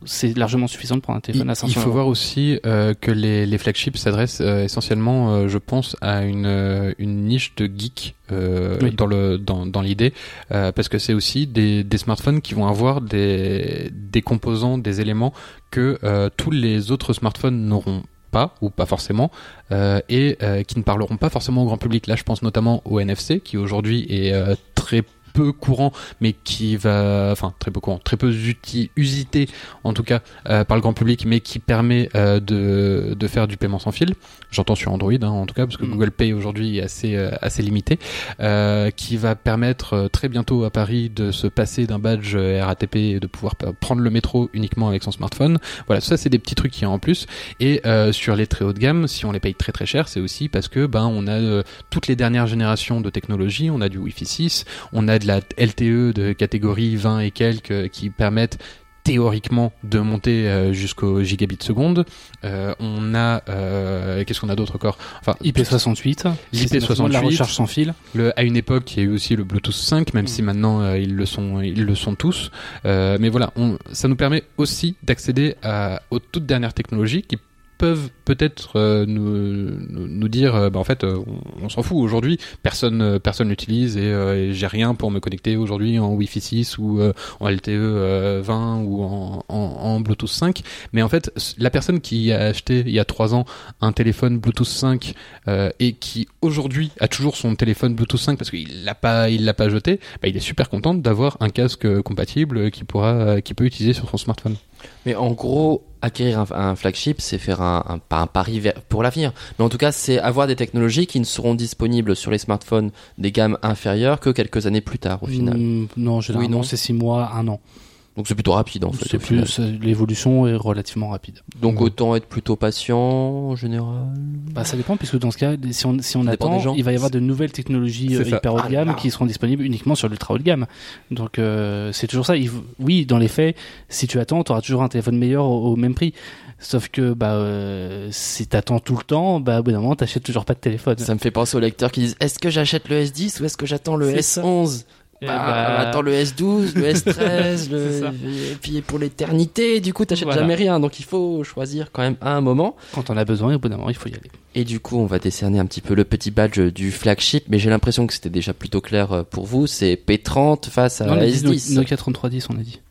Speaker 4: c'est largement suffisant de prendre un téléphone
Speaker 5: il,
Speaker 4: à cinq cents
Speaker 5: il faut
Speaker 4: euros.
Speaker 5: voir aussi euh, que les, les flagships s'adressent euh, essentiellement, euh, je pense, à une, euh, une niche de geeks euh,
Speaker 4: Oui.
Speaker 5: dans le dans, dans l'idée, euh, parce que c'est aussi des, des smartphones qui vont avoir des, des composants, des éléments que euh, tous les autres smartphones n'auront pas ou pas forcément euh, et euh, qui ne parleront pas forcément au grand public. Là, je pense notamment au N F C qui aujourd'hui est euh, très peu courant, mais qui va, enfin très peu courant, très peu uti- usité en tout cas euh, par le grand public, mais qui permet euh, de de faire du paiement sans fil. J'entends sur Android, hein, en tout cas, parce que
Speaker 4: Mm.
Speaker 5: Google Pay aujourd'hui est assez euh, assez limité, euh, qui va permettre euh, très bientôt à Paris de se passer d'un badge euh, R A T P et de pouvoir p- prendre le métro uniquement avec son smartphone. Voilà, ça c'est des petits trucs qu'il y a en plus. Et euh, sur les très haut de gamme, si on les paye très très cher, c'est aussi parce que ben on a euh, toutes les dernières générations de technologies, on a du Wi-Fi six, on a de la L T E de catégorie vingt et quelques euh, qui permettent théoriquement de monter euh, jusqu'au gigabit seconde. Euh, on a euh, qu'est-ce qu'on a d'autre encore, enfin
Speaker 4: I P soixante-huit,
Speaker 5: l'I P
Speaker 4: systématiquement de la
Speaker 5: soixante-huit,
Speaker 4: recharge sans fil.
Speaker 5: le, à une époque il y a eu aussi le Bluetooth cinq, même
Speaker 4: Mm.
Speaker 5: si maintenant euh, ils le sont ils le sont tous, euh, mais voilà, on, ça nous permet aussi d'accéder à, aux toutes dernières technologies qui peuvent peut-être euh, nous, nous nous dire euh, bah en fait euh, on, on s'en fout aujourd'hui, personne euh, personne l'utilise et, euh, et j'ai rien pour me connecter aujourd'hui en Wi-Fi six ou euh, en L T E euh, vingt ou en, en, en Bluetooth cinq, mais en fait la personne qui a acheté il y a trois ans un téléphone Bluetooth cinq euh, et qui aujourd'hui a toujours son téléphone Bluetooth cinq parce qu'il l'a pas il l'a pas jeté, bah, il est super content d'avoir un casque compatible qui pourra qui peut utiliser sur son smartphone.
Speaker 2: Mais en gros, acquérir un, un flagship, c'est faire un, un, pas un pari vers- pour l'avenir. Mais en tout cas, c'est avoir des technologies qui ne seront disponibles sur les smartphones des gammes inférieures que quelques années plus tard, au final.
Speaker 4: Mm, non, généralement,
Speaker 2: Oui, non.
Speaker 4: c'est six mois, un an.
Speaker 2: Donc c'est plutôt rapide, en fait.
Speaker 4: C'est
Speaker 2: au final.
Speaker 4: plus, c'est- l'évolution est relativement rapide.
Speaker 2: Donc
Speaker 5: Mm.
Speaker 2: autant être plutôt patient, en général.
Speaker 4: Bah, ça dépend, puisque dans ce cas, si on, si on
Speaker 2: Ça dépend
Speaker 4: attend,
Speaker 2: des gens.
Speaker 4: il va y avoir de nouvelles technologies
Speaker 5: C'est
Speaker 4: euh,
Speaker 5: ça.
Speaker 4: hyper haut de
Speaker 2: Ah
Speaker 4: gamme
Speaker 2: là.
Speaker 4: qui seront disponibles uniquement sur l'ultra haut de gamme. Donc, euh, c'est toujours ça. Il faut- oui, dans les faits, si tu attends, tu auras toujours un téléphone meilleur au, au même prix. Sauf que, bah, euh, si t'attends tout le temps, bah, au bout d'un moment, t'achètes toujours pas de téléphone.
Speaker 2: Ça me fait penser aux lecteurs qui disent est-ce que j'achète le S dix ou est-ce que j'attends le
Speaker 4: C'est
Speaker 2: S
Speaker 4: ça.
Speaker 2: onze
Speaker 4: Eh
Speaker 2: bah,
Speaker 4: bah,
Speaker 2: attends le S douze, le S treize, le...
Speaker 4: C'est ça.
Speaker 2: et puis pour l'éternité, du coup t'achètes
Speaker 4: Voilà.
Speaker 2: jamais rien, donc il faut choisir quand même à un moment.
Speaker 4: Quand on a besoin, au bout d'un moment, il faut y aller.
Speaker 2: Et du coup on va décerner un petit peu le petit badge du flagship, mais j'ai l'impression que c'était déjà plutôt clair euh, pour vous, c'est P trente face à
Speaker 4: Non, on a dit
Speaker 2: S dix.
Speaker 4: Nokia trente-trois dix, on a dit.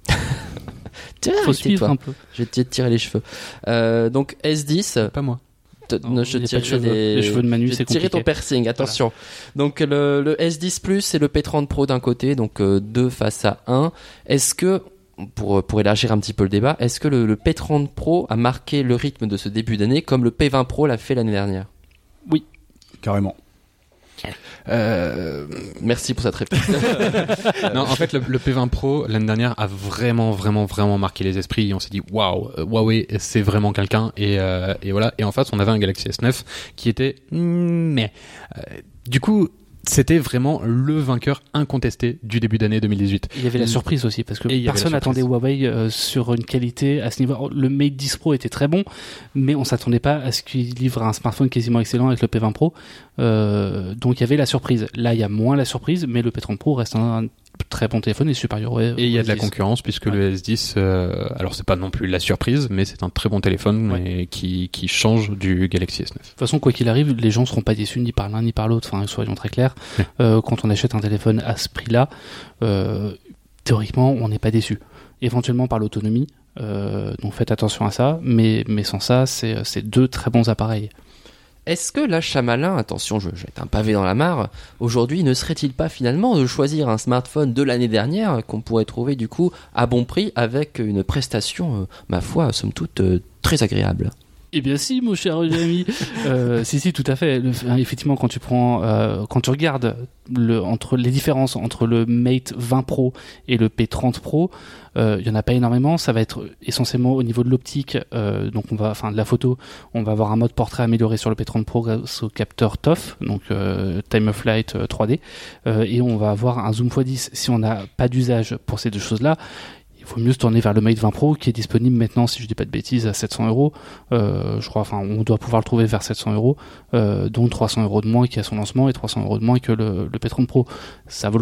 Speaker 2: Tiens,
Speaker 4: Faut
Speaker 2: arrêtez,
Speaker 4: suivre
Speaker 2: toi.
Speaker 4: un peu.
Speaker 2: Je vais te tirer les cheveux. Euh, donc S dix,
Speaker 5: Pas moi.
Speaker 2: t-
Speaker 4: Non,
Speaker 2: non, je
Speaker 4: il y a pas de
Speaker 2: tirerai
Speaker 4: cheveux.
Speaker 2: les...
Speaker 4: Les cheveux de Manu,
Speaker 2: je
Speaker 4: c'est
Speaker 2: tirer ton
Speaker 4: compliqué.
Speaker 2: piercing, attention. Donc le, le S dix Plus et le P trente Pro d'un côté, donc euh, deux face à un. Est-ce que, pour, pour élargir un petit peu le débat, est-ce que le, le P trente Pro a marqué le rythme de ce début d'année comme le P vingt Pro l'a fait l'année dernière?
Speaker 3: Carrément.
Speaker 5: Euh,
Speaker 2: Merci pour cette réponse.
Speaker 5: non, en fait, le, le P vingt Pro l'année dernière a vraiment, vraiment, vraiment marqué les esprits. Et on s'est dit, waouh, euh, Huawei, c'est vraiment quelqu'un. Et, euh, et voilà. Et en face, on avait un Galaxy S neuf qui était, mais euh, du coup, c'était vraiment le vainqueur incontesté du début d'année deux mille dix-huit.
Speaker 4: Il y avait la surprise aussi, parce que
Speaker 5: Et il y avait
Speaker 4: personne
Speaker 5: la surprise.
Speaker 4: n'attendait Huawei euh, sur une qualité à ce niveau. Le Mate dix Pro était très bon, mais on s'attendait pas à ce qu'il livre un smartphone quasiment excellent avec le P vingt Pro. Euh, donc il y avait la surprise. Là, il y a moins la surprise, mais le P trente Pro reste un, un très bon téléphone et supérieur au
Speaker 5: Et il y a
Speaker 4: au
Speaker 5: de la
Speaker 4: S dix.
Speaker 5: concurrence puisque
Speaker 4: Ouais.
Speaker 5: le S dix, euh, alors c'est pas non plus la surprise, mais c'est un très bon téléphone
Speaker 4: Ouais.
Speaker 5: et qui, qui change du Galaxy S neuf.
Speaker 4: De toute façon, quoi qu'il arrive, les gens seront pas déçus ni par l'un ni par l'autre. Enfin, soyons très clairs.
Speaker 5: Ouais.
Speaker 4: Euh, quand on achète un téléphone à ce prix-là, euh, théoriquement, on n'est pas déçu. Éventuellement par l'autonomie, euh, donc faites attention à ça. Mais, mais sans ça, c'est, c'est deux très bons appareils.
Speaker 2: Est-ce que l'achat malin, attention, je jette un pavé dans la mare, aujourd'hui ne serait-il pas finalement de choisir un smartphone de l'année dernière qu'on pourrait trouver du coup à bon prix avec une prestation, euh, ma foi, somme toute, euh, très agréable?
Speaker 4: Eh bien si, mon cher Jérémy. euh, si, si, tout à fait. Le, effectivement, quand tu prends, euh, quand tu regardes le, entre les différences entre le Mate vingt Pro et le P trente Pro, euh, il y en a pas énormément. Ça va être essentiellement au niveau de l'optique. Euh, donc on va, enfin de la photo, on va avoir un mode portrait amélioré sur le P trente Pro grâce au capteur T O F, donc euh, Time of Flight euh, trois D, euh, et on va avoir un zoom fois dix. Si on n'a pas d'usage pour ces deux choses-là, il faut mieux se tourner vers le Mate vingt Pro qui est disponible maintenant, si je dis pas de bêtises, à sept cents euros. Euh, je crois, enfin, on doit pouvoir le trouver vers sept cents euros, euh, donc trois cents euros de moins qui a son lancement et trois cents euros de moins que le, le P trente Pro. Ça vaut le coup.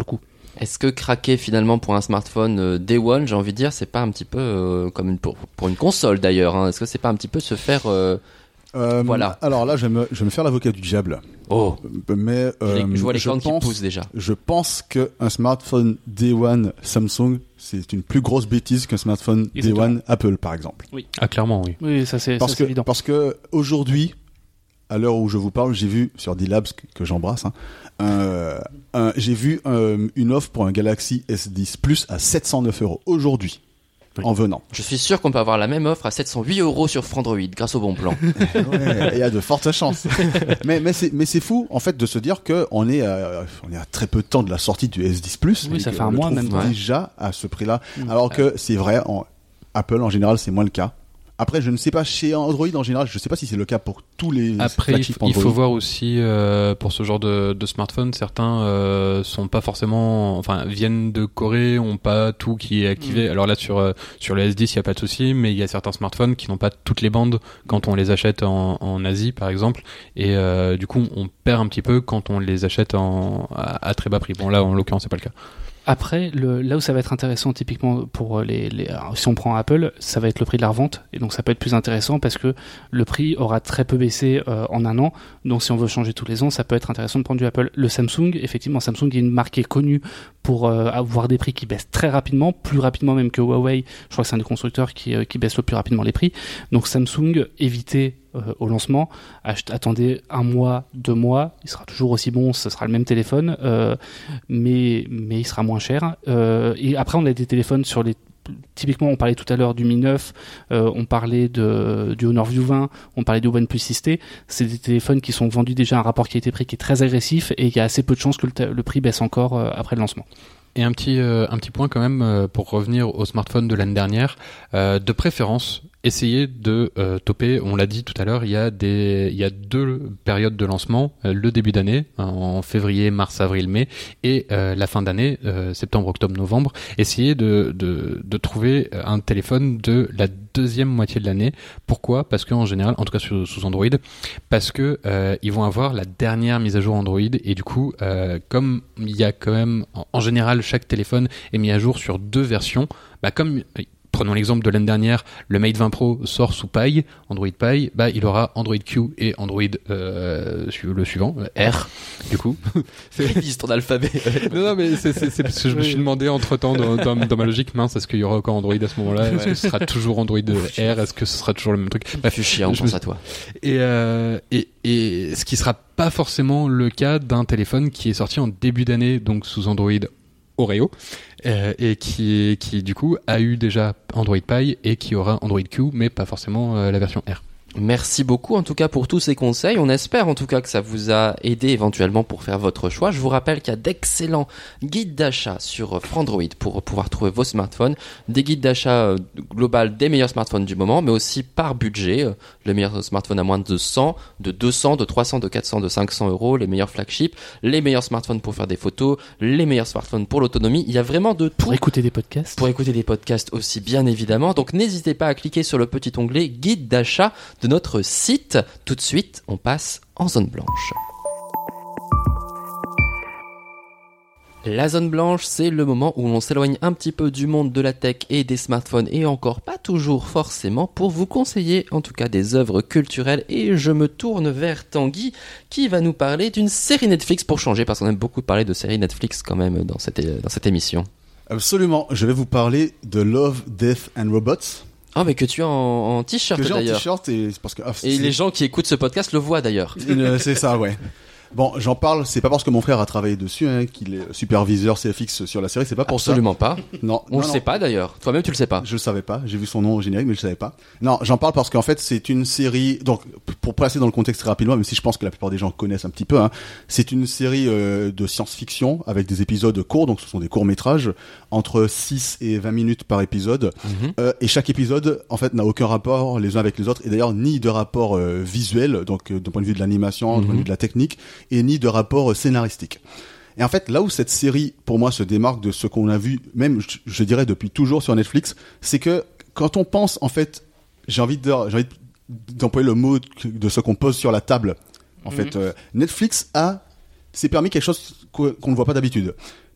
Speaker 2: Est-ce que craquer finalement pour un smartphone euh, Day One, j'ai envie de dire, c'est pas un petit peu euh, comme une, pour, pour une console d'ailleurs, hein. Est-ce que c'est pas un petit peu se faire euh,
Speaker 3: Euh,
Speaker 2: Voilà.
Speaker 3: Alors là, je vais me, je vais me faire l'avocat du diable.
Speaker 2: Oh,
Speaker 3: Mais euh,
Speaker 2: je vois les
Speaker 3: je
Speaker 2: cornes qui
Speaker 3: pense,
Speaker 2: poussent déjà.
Speaker 3: je pense qu'un smartphone Day One Samsung, c'est une plus grosse bêtise qu'un smartphone Day
Speaker 4: Exactement.
Speaker 3: One Apple, par exemple.
Speaker 5: Ah, clairement, oui.
Speaker 4: Oui, ça c'est, ça,
Speaker 3: Parce
Speaker 4: c'est
Speaker 3: que,
Speaker 4: évident.
Speaker 3: parce que aujourd'hui, à l'heure où je vous parle, j'ai vu sur D-Labs que, que j'embrasse, hein, euh, un- j'ai vu euh, une offre pour un Galaxy S dix Plus à sept cent neuf euros aujourd'hui.
Speaker 5: Oui.
Speaker 3: En venant.
Speaker 2: Je suis sûr qu'on peut avoir la même offre à sept cent huit euros sur Frandroid grâce au bon plan.
Speaker 3: Ouais, il y a de fortes chances. mais mais c'est mais c'est fou en fait de se dire que on est à, on est à très peu de temps de la sortie du S dix Plus.
Speaker 4: Oui,
Speaker 3: et
Speaker 4: ça
Speaker 3: que
Speaker 4: fait
Speaker 3: on
Speaker 4: un
Speaker 3: le
Speaker 4: mois
Speaker 3: trouve
Speaker 4: même, ouais.
Speaker 3: déjà à ce prix-là.
Speaker 4: Mm.
Speaker 3: Alors que c'est vrai, en Apple en général c'est moins le cas. Après, je ne sais pas chez Android en général, je ne sais pas si c'est le cas pour tous les
Speaker 5: Après, il,
Speaker 3: flagship
Speaker 5: f- il faut
Speaker 3: Android.
Speaker 5: voir aussi euh, pour ce genre de, de smartphone, certains euh, sont pas forcément, enfin viennent de Corée, ont pas tout qui est activé. Alors là sur euh, sur le S dix, il y a pas de souci, mais il y a certains smartphones qui n'ont pas toutes les bandes quand on les achète en, en Asie, par exemple, et euh, du coup on perd un petit peu quand on les achète en à, à très bas prix. Bon là, en l'occurrence, c'est pas le cas.
Speaker 4: Après, le, là où ça va être intéressant typiquement pour les, les alors, si on prend Apple, ça va être le prix de la revente, et donc ça peut être plus intéressant parce que le prix aura très peu baissé euh, en un an. Donc si on veut changer tous les ans, ça peut être intéressant de prendre du Apple. Le Samsung, effectivement, Samsung est une marque qui est connue pour euh, avoir des prix qui baissent très rapidement, plus rapidement même que Huawei. Je crois que c'est un des constructeurs qui, euh, qui baisse le plus rapidement les prix. Donc Samsung, évitez euh, au lancement, achet- attendez un mois, deux mois, il sera toujours aussi bon, ce sera le même téléphone, euh, mais mais il sera moins cher. Euh, et après, on a des téléphones sur les typiquement, on parlait tout à l'heure du Mi neuf, euh, on parlait de, du Honor View vingt, on parlait du OnePlus six T. C'est des téléphones qui sont vendus déjà à un rapport qualité-prix qui est très agressif et il y a assez peu de chances que le, ta- le prix baisse encore euh, après le lancement.
Speaker 5: Et un petit euh, un petit point quand même euh, pour revenir au smartphone de l'année dernière, euh, de préférence essayez de euh, toper. On l'a dit tout à l'heure, il y a des il y a deux périodes de lancement, euh, le début d'année en février, mars, avril, mai, et euh, la fin d'année, euh, septembre, octobre, novembre. Essayez de de de trouver un téléphone de la deuxième moitié de l'année. Pourquoi ? Parce qu'en général, en tout cas sous, sous Android, parce que euh, ils vont avoir la dernière mise à jour Android et du coup, euh, comme il y a quand même en, en général chaque téléphone est mis à jour sur deux versions, bah comme prenons l'exemple de l'année dernière, le Mate vingt Pro sort sous Pie, Android Pie, bah il aura Android Q et Android euh, le suivant, euh, R, du coup.
Speaker 2: Révise ton alphabet.
Speaker 5: non, non, mais c'est, c'est, c'est parce que je me suis demandé entre-temps dans, dans, dans ma logique, mince, est-ce qu'il y aura encore Android à ce moment-là ? Est-ce que ce sera toujours Android R ? Est-ce que ce sera toujours le même truc ?
Speaker 2: Bah, fais chier, on
Speaker 5: Je
Speaker 2: pense
Speaker 5: me-
Speaker 2: à toi.
Speaker 5: Et, euh, et, et ce qui sera pas forcément le cas d'un téléphone qui est sorti en début d'année, donc sous Android Oreo, euh, et qui, qui du coup a eu déjà Android Pie et qui aura Android Q, mais pas forcément euh, la version R.
Speaker 2: Merci beaucoup en tout cas pour tous ces conseils. On espère en tout cas que ça vous a aidé éventuellement pour faire votre choix. Je vous rappelle qu'il y a d'excellents guides d'achat sur Frandroid pour pouvoir trouver vos smartphones. Des guides d'achat euh, global des meilleurs smartphones du moment, mais aussi par budget. Euh, Le meilleur smartphone à moins de cent, de deux cents, de trois cents, de quatre cents, de cinq cents euros. Les meilleurs flagships, les meilleurs smartphones pour faire des photos, les meilleurs smartphones pour l'autonomie. Il y a vraiment de tout.
Speaker 4: Pour écouter des podcasts.
Speaker 2: Pour écouter des podcasts aussi, bien évidemment. Donc n'hésitez pas à cliquer sur le petit onglet guide d'achat de notre site. Tout de suite, on passe en zone blanche. La zone blanche, c'est le moment où l'on s'éloigne un petit peu du monde de la tech et des smartphones, et encore pas toujours forcément, pour vous conseiller en tout cas des œuvres culturelles. Et je me tourne vers Tanguy qui va nous parler d'une série Netflix pour changer, parce qu'on aime beaucoup parler de séries Netflix quand même dans cette, dans cette émission.
Speaker 3: Absolument. Je vais vous parler de Love, Death and Robots.
Speaker 2: Oh, mais que tu as en, en t-shirt
Speaker 3: Que j'ai en
Speaker 2: d'ailleurs.
Speaker 3: t-shirt et c'est parce que ah,
Speaker 2: Et
Speaker 3: c'est-
Speaker 2: les gens qui écoutent ce podcast le voient d'ailleurs.
Speaker 3: Une- c'est ça, ouais. Bon, j'en parle, c'est pas parce que mon frère a travaillé dessus, hein, qu'il est superviseur C F X sur la série, c'est pas pour
Speaker 2: Absolument pas.
Speaker 3: ça. Non,
Speaker 2: On
Speaker 3: non,
Speaker 2: le
Speaker 3: non.
Speaker 2: sait pas d'ailleurs. Toi-même, tu le sais pas.
Speaker 3: Je le savais pas, j'ai vu son nom au générique, mais je le savais pas. Non, j'en parle parce qu'en fait, c'est une série, donc, pour placer dans le contexte très rapidement, même si je pense que la plupart des gens connaissent un petit peu, hein, c'est une série euh, de science-fiction avec des épisodes courts, donc ce sont des courts-métrages, entre six et vingt minutes par épisode,
Speaker 2: Mhm.
Speaker 3: euh, et chaque épisode, en fait, n'a aucun rapport les uns avec les autres, et d'ailleurs, ni de rapport euh, visuel, donc euh, d'un point de vue de l'animation, d'un point de vue de la technique, et ni de rapport euh, scénaristique. Et en fait, là où cette série, pour moi, se démarque de ce qu'on a vu, même, je, je dirais, depuis toujours sur Netflix, c'est que quand on pense, en fait, j'ai envie de, j'ai envie d'employer le mot de ce qu'on pose sur la table. En
Speaker 4: Mhm.
Speaker 3: fait, euh, Netflix a, s'est permis quelque chose qu'on qu'on ne voit pas d'habitude.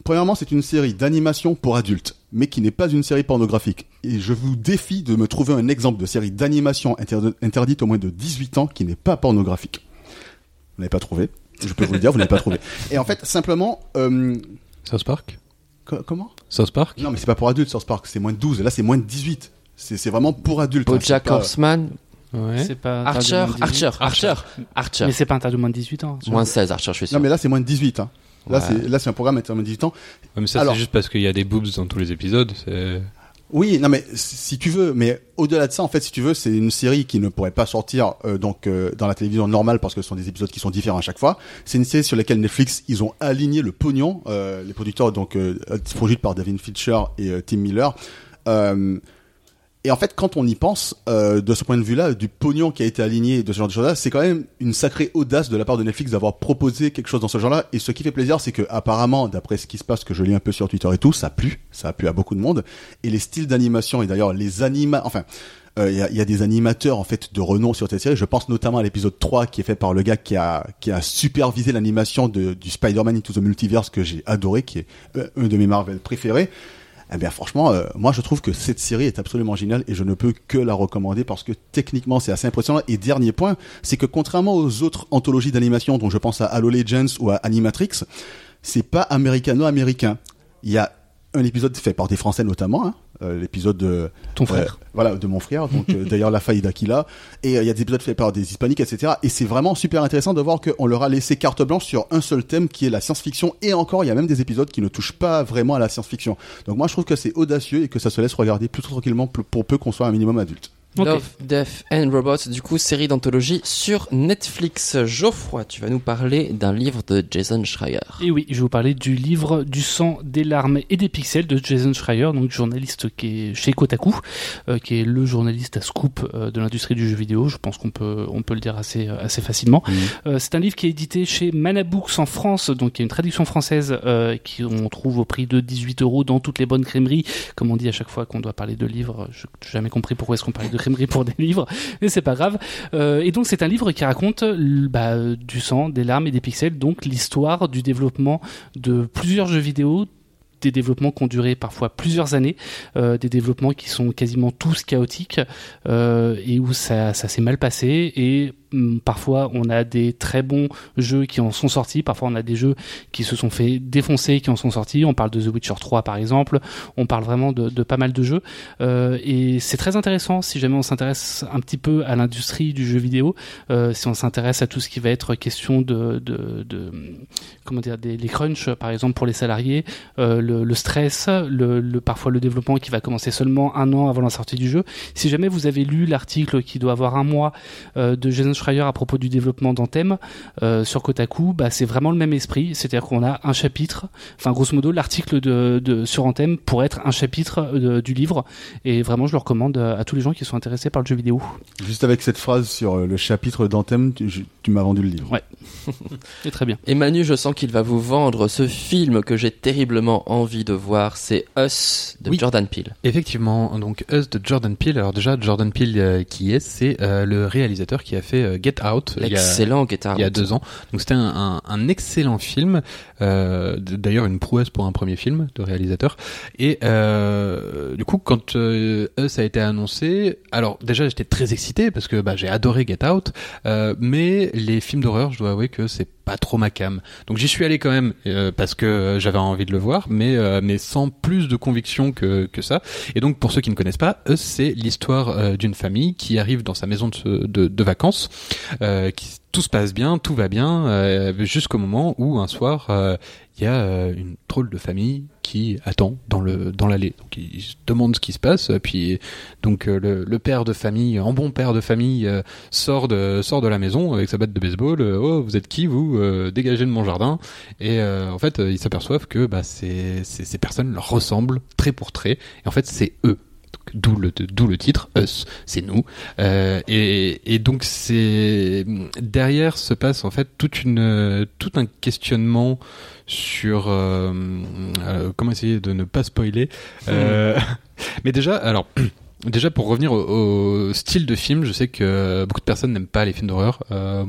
Speaker 3: premièrement, c'est une série d'animation pour adultes, mais qui n'est pas une série pornographique. Et je vous défie de me trouver un exemple de série d'animation inter- interdite au moins de dix-huit ans qui n'est pas pornographique. Vous n'avez pas trouvé. Je peux vous le dire, vous n'avez pas trouvé. Et en fait, simplement... Euh...
Speaker 5: South Park
Speaker 3: Co- Comment
Speaker 5: South Park
Speaker 3: Non, mais c'est pas pour adultes, South Park. C'est moins de douze. Là, c'est moins de dix-huit. C'est, c'est vraiment pour adultes.
Speaker 2: BoJack
Speaker 3: hein, c'est pas-
Speaker 2: Horseman,
Speaker 5: Ouais.
Speaker 4: C'est pas
Speaker 2: Archer,
Speaker 4: interdit de moins de dix-huit.
Speaker 2: Archer, Archer, Archer.
Speaker 4: Mais c'est pas interdit de moins de dix-huit ans.
Speaker 2: Moins seize, Archer, je suis sûr.
Speaker 3: Non, mais là, c'est moins de dix-huit. Hein. Là,
Speaker 2: Ouais.
Speaker 3: c'est, là, c'est un programme interdit de dix-huit ans.
Speaker 5: Ouais, mais ça,
Speaker 3: Alors-
Speaker 5: c'est juste parce qu'il y a des boobs dans tous les épisodes. C'est...
Speaker 3: Oui, non mais si tu veux, mais au-delà de ça, en fait, si tu veux, c'est une série qui ne pourrait pas sortir euh, donc euh, dans la télévision normale parce que ce sont des épisodes qui sont différents à chaque fois. C'est une série sur laquelle Netflix ils ont aligné le pognon. Euh, les producteurs donc euh, produits par David Fincher et euh, Tim Miller. Euh, Et en fait, quand on y pense, euh, de ce point de vue-là, du pognon qui a été aligné de ce genre de choses-là, c'est quand même une sacrée audace de la part de Netflix d'avoir proposé quelque chose dans ce genre-là. Et ce qui fait plaisir, c'est que apparemment, d'après ce qui se passe, que je lis un peu sur Twitter et tout, ça plu, ça a plu à beaucoup de monde. Et les styles d'animation et d'ailleurs les anima, enfin, il euh, y, a, y a des animateurs en fait de renom sur cette série. Je pense notamment à l'épisode trois qui est fait par le gars qui a qui a supervisé l'animation de, du Spider-Man Into the Multiverse que j'ai adoré, qui est euh, un de mes Marvel préférés. Eh bien, franchement, euh, moi, je trouve que cette série est absolument géniale et je ne peux que la recommander parce que techniquement, c'est assez impressionnant. Et dernier point, c'est que contrairement aux autres anthologies d'animation dont je pense à Halo Legends ou à Animatrix, c'est pas américano-américain. Il y a un épisode fait par des Français notamment, hein, euh, l'épisode de
Speaker 4: Ton frère.
Speaker 3: euh, voilà, de mon frère, donc euh, d'ailleurs La Faille d'Aquila, et il euh, y a des épisodes faits par des hispaniques, et cetera. Et c'est vraiment super intéressant de voir qu'on leur a laissé carte blanche sur un seul thème qui est la science-fiction, et encore, il y a même des épisodes qui ne touchent pas vraiment à la science-fiction. Donc moi je trouve que c'est audacieux et que ça se laisse regarder plutôt tranquillement pour peu qu'on soit un minimum adulte.
Speaker 4: Ok.
Speaker 2: Love, Death and Robots, du coup, série d'anthologie sur Netflix. Geoffroy, tu vas nous parler d'un livre de Jason Schreier.
Speaker 4: Et oui, je vais vous parler du livre Du sang, des larmes et des pixels de Jason Schreier, donc journaliste qui est chez Kotaku, euh, qui est le journaliste à scoop euh, de l'industrie du jeu vidéo. Je pense qu'on peut on peut le dire assez assez facilement.
Speaker 3: Mmh.
Speaker 4: Euh, c'est un livre qui est édité chez Manabooks en France, donc il y a une traduction française euh, qui on trouve au prix de dix-huit euros dans toutes les bonnes crèmeries. Comme on dit à chaque fois qu'on doit parler de livres, je n'ai jamais compris pourquoi est-ce qu'on parlait de crèmerie pour des livres, mais c'est pas grave. Euh, et donc c'est un livre qui raconte bah, du sang, des larmes et des pixels, donc l'histoire du développement de plusieurs jeux vidéo, des développements qui ont duré parfois plusieurs années, euh, des développements qui sont quasiment tous chaotiques euh, et où ça, ça s'est mal passé et hum, parfois on a des très bons jeux qui en sont sortis, parfois on a des jeux qui se sont fait défoncer qui en sont sortis. On parle de The Witcher trois par exemple, on parle vraiment de, de pas mal de jeux euh, et c'est très intéressant si jamais on s'intéresse un petit peu à l'industrie du jeu vidéo, euh, si on s'intéresse à tout ce qui va être question de, de, de comment dire, des les crunchs par exemple pour les salariés, euh, le, le stress, le, le, parfois le développement qui va commencer seulement un an avant la sortie du jeu. Si jamais vous avez lu l'article qui doit avoir un mois euh, de Jason Schreier à propos du développement d'Anthem euh, sur Kotaku, bah, c'est vraiment le même esprit, c'est-à-dire qu'on a un chapitre, enfin grosso modo l'article de, de, sur Anthem pourrait être un chapitre de, du livre, et vraiment je le recommande à tous les gens qui sont intéressés par le jeu vidéo.
Speaker 3: Juste avec cette phrase sur le chapitre d'Anthem, tu, je, tu m'as vendu le livre.
Speaker 4: Ouais, c'est très bien.
Speaker 2: Et Manu, je sens qu'il va vous vendre ce film que j'ai terriblement envie de voir, c'est Us de
Speaker 5: Oui.
Speaker 2: Jordan Peele.
Speaker 5: Effectivement, donc Us de Jordan Peele. Alors déjà, Jordan Peele euh, qui est, c'est euh, le réalisateur qui a fait euh, Get Out il y a,
Speaker 2: L'excellent Get Out.
Speaker 5: il y a deux ans. Donc c'était un, un, un excellent film, euh, d'ailleurs une prouesse pour un premier film de réalisateur. Et euh, du coup, quand euh, Us a été annoncé, alors déjà j'étais très excité parce que bah, j'ai adoré Get Out, euh, mais les films d'horreur, je dois avouer que c'est pas trop ma cam. Donc j'y suis allé quand même euh, parce que j'avais envie de le voir, mais euh, mais sans plus de conviction que que ça. Et donc pour ceux qui ne connaissent pas, Us, c'est l'histoire euh, d'une famille qui arrive dans sa maison de de, de vacances, euh, qui tout se passe bien, tout va bien, euh, jusqu'au moment où un soir euh, il y a euh, une drôle de famille qui attend dans le dans l'allée. Donc ils se demandent ce qui se passe, puis donc euh, le, le père de famille, en bon père de famille, euh, sort de sort de la maison avec sa batte de baseball. Euh, oh, vous êtes qui vous euh, Dégagez de mon jardin. Et euh, en fait, euh, ils s'aperçoivent que bah ces, ces ces personnes leur ressemblent trait pour trait. Et en fait, c'est eux. D'où le, d'où le titre, Us, c'est nous. Euh, et, et donc c'est derrière se passe en fait toute une, tout un questionnement sur euh, euh, comment essayer de ne pas spoiler. Euh, mais déjà, alors. Déjà pour revenir au, au style de film, je sais que beaucoup de personnes n'aiment pas les films d'horreur. Euh, moi, le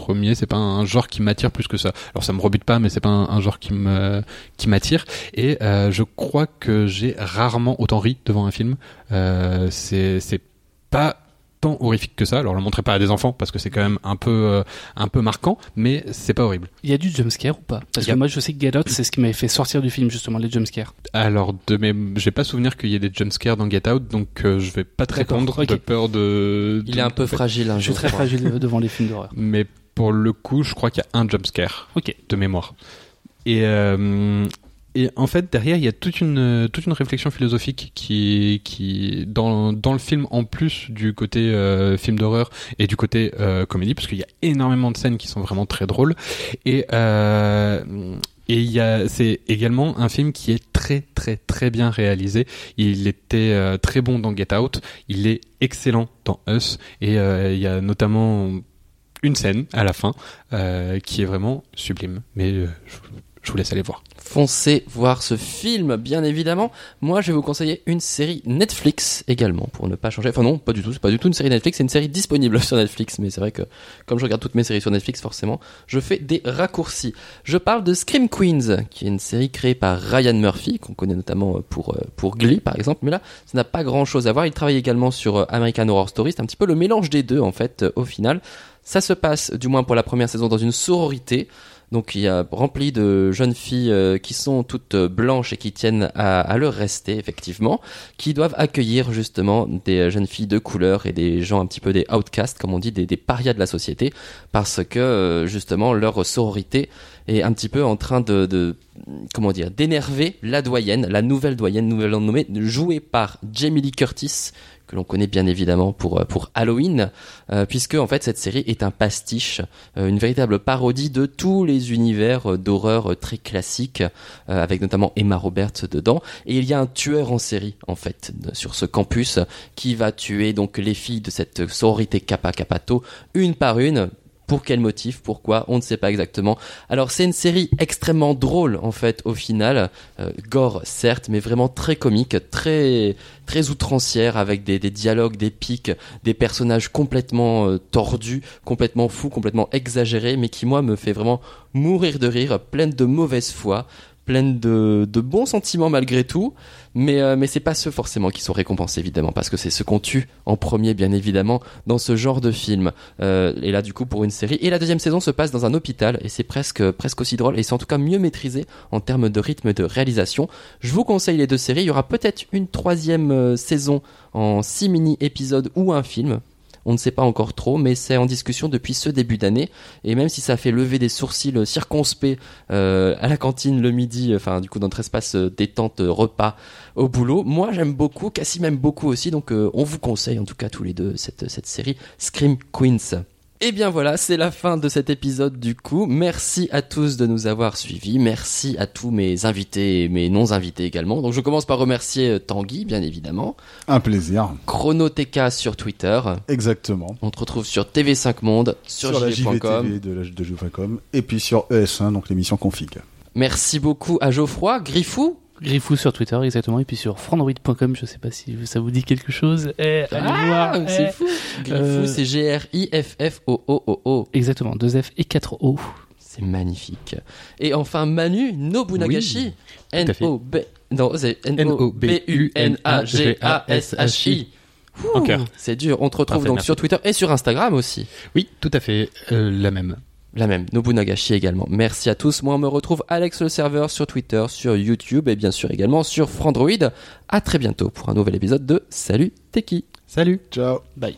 Speaker 5: premier, c'est pas un genre qui m'attire plus que ça. Alors ça me rebute pas, mais c'est pas un, un genre qui me qui m'attire. Et euh, je crois que j'ai rarement autant ri devant un film. Euh, c'est c'est pas tant horrifique que ça. Alors, le montrer pas à des enfants parce que c'est quand même un peu euh, un peu marquant, mais c'est pas horrible.
Speaker 4: Il y a du jumpscare ou pas? Parce que
Speaker 5: a...
Speaker 4: moi, je sais que Get Out, c'est ce qui m'avait fait sortir du film, justement, les jumpscares.
Speaker 5: Alors, de mes, j'ai pas souvenir qu'il y ait des jumpscares dans Get Out, donc euh, je vais pas te
Speaker 4: D'accord,
Speaker 5: répondre
Speaker 4: okay.
Speaker 5: de peur de.
Speaker 2: Il
Speaker 5: de...
Speaker 2: est un peu fragile. Hein,
Speaker 4: je suis très
Speaker 2: crois.
Speaker 4: fragile devant les films d'horreur.
Speaker 5: Mais pour le coup, je crois qu'il y a un jumpscare.
Speaker 4: Ok.
Speaker 5: De mémoire. Et euh, Et en fait, derrière, il y a toute une toute une réflexion philosophique qui qui dans dans le film, en plus du côté euh, film d'horreur et du côté euh, comédie, parce qu'il y a énormément de scènes qui sont vraiment très drôles. Et euh, et il y a c'est également un film qui est très très très bien réalisé. Il était euh, très bon dans Get Out. Il est excellent dans Us. Et euh, il y a notamment une scène à la fin euh, qui est vraiment sublime. Mais euh, je, je vous laisse aller voir.
Speaker 2: Foncez voir ce film, bien évidemment. Moi, je vais vous conseiller une série Netflix également, pour ne pas changer. Enfin non, pas du tout, c'est pas du tout une série Netflix, c'est une série disponible sur Netflix, mais c'est vrai que comme je regarde toutes mes séries sur Netflix, forcément, je fais des raccourcis. Je parle de Scream Queens, qui est une série créée par Ryan Murphy, qu'on connaît notamment pour, pour Glee, par exemple, mais là, ça n'a pas grand-chose à voir. Il travaille également sur American Horror Story, c'est un petit peu le mélange des deux, en fait, au final. Ça se passe, du moins pour la première saison, dans une sororité. Donc il y a rempli de jeunes filles euh, qui sont toutes blanches et qui tiennent à, à le rester, effectivement, qui doivent accueillir justement des jeunes filles de couleur et des gens un petit peu des outcasts, comme on dit, des, des parias de la société, parce que euh, justement leur sororité est un petit peu en train de, de comment dire, d'énerver la doyenne, la nouvelle doyenne, nouvellement nommée, jouée par Jamie Lee Curtis, que l'on connaît bien évidemment pour pour Halloween, euh, puisque en fait cette série est un pastiche, euh, une véritable parodie de tous les univers euh, d'horreur euh, très classiques, euh, avec notamment Emma Roberts dedans. Et il y a un tueur en série en fait de, sur ce campus qui va tuer donc les filles de cette sororité Kappa Kappato une par une. Pour quel motif, pourquoi, on ne sait pas exactement. Alors c'est une série extrêmement drôle en fait au final, euh, gore certes, mais vraiment très comique, très très outrancière, avec des, des dialogues, des pics, des personnages complètement euh, tordus, complètement fous, complètement exagérés, mais qui moi me fait vraiment mourir de rire, pleine de mauvaise foi, pleine de, de bons sentiments malgré tout, mais, euh, mais c'est pas ceux forcément qui sont récompensés évidemment, parce que c'est ceux qu'on tue en premier bien évidemment dans ce genre de film. Euh, et là du coup pour une série, et la deuxième saison se passe dans un hôpital, et c'est presque, presque aussi drôle, et c'est en tout cas mieux maîtrisé en termes de rythme et de réalisation. Je vous conseille les deux séries, il y aura peut-être une troisième euh, saison en six mini-épisodes ou un film. On ne sait pas encore trop, mais c'est en discussion depuis ce début d'année. Et même si ça fait lever des sourcils circonspects euh, à la cantine le midi, enfin du coup dans notre espace euh, détente euh, repas au boulot, moi j'aime beaucoup, Cassie m'aime beaucoup aussi, donc euh, on vous conseille en tout cas tous les deux cette, cette série Scream Queens. Et bien voilà, c'est la fin de cet épisode du coup. Merci à tous de nous avoir suivis. Merci à tous mes invités et mes non-invités également. Donc je commence par remercier Tanguy, bien évidemment.
Speaker 3: Un plaisir.
Speaker 2: Chronoteka sur Twitter.
Speaker 3: Exactement.
Speaker 2: On te retrouve sur T V cinq Monde, sur,
Speaker 3: sur la
Speaker 2: J V point com.
Speaker 3: J V T V de, la, de J V point com et puis sur E S un, donc l'émission Config.
Speaker 2: Merci beaucoup à Geoffroy, Griffou.
Speaker 4: Griffou sur Twitter, exactement, et puis sur frandroid point com, je sais pas si ça vous dit quelque chose. Eh, allez
Speaker 2: ah,
Speaker 4: voir.
Speaker 2: C'est
Speaker 4: eh.
Speaker 2: fou. Griffou,
Speaker 4: Euh,
Speaker 2: c'est G R I F F O O O O.
Speaker 4: Exactement, deux F et quatre O.
Speaker 2: C'est magnifique. Et enfin Manu Nobunagashi.
Speaker 5: Oui, tout à fait.
Speaker 2: N O B Non, c'est N O B U N A G A S H I.
Speaker 5: En cœur.
Speaker 2: C'est dur. On te retrouve
Speaker 5: Parfait,
Speaker 2: donc
Speaker 5: merci.
Speaker 2: sur Twitter et sur Instagram aussi.
Speaker 5: Oui, tout à fait, euh, la même.
Speaker 2: La même, Nobunagashi également. Merci à tous. Moi, on me retrouve Alex le serveur sur Twitter, sur YouTube et bien sûr également sur Frandroid. À très bientôt pour un nouvel épisode de Salut Teki.
Speaker 5: Salut.
Speaker 3: Ciao.
Speaker 4: Bye.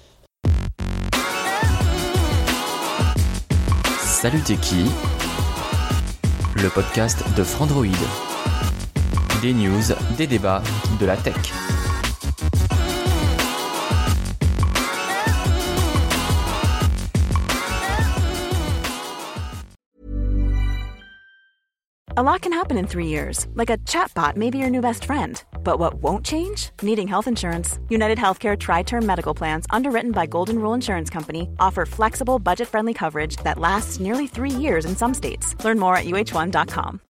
Speaker 1: Salut Teki, le podcast de Frandroid. Des news, des débats, de la tech.
Speaker 6: A lot can happen in three years, like a chatbot may be your new best friend. But what won't change? Needing health insurance. United Healthcare Tri-Term Medical Plans, underwritten by Golden Rule Insurance Company, offer flexible, budget-friendly coverage that lasts nearly three years in some states. Learn more at U H one dot com.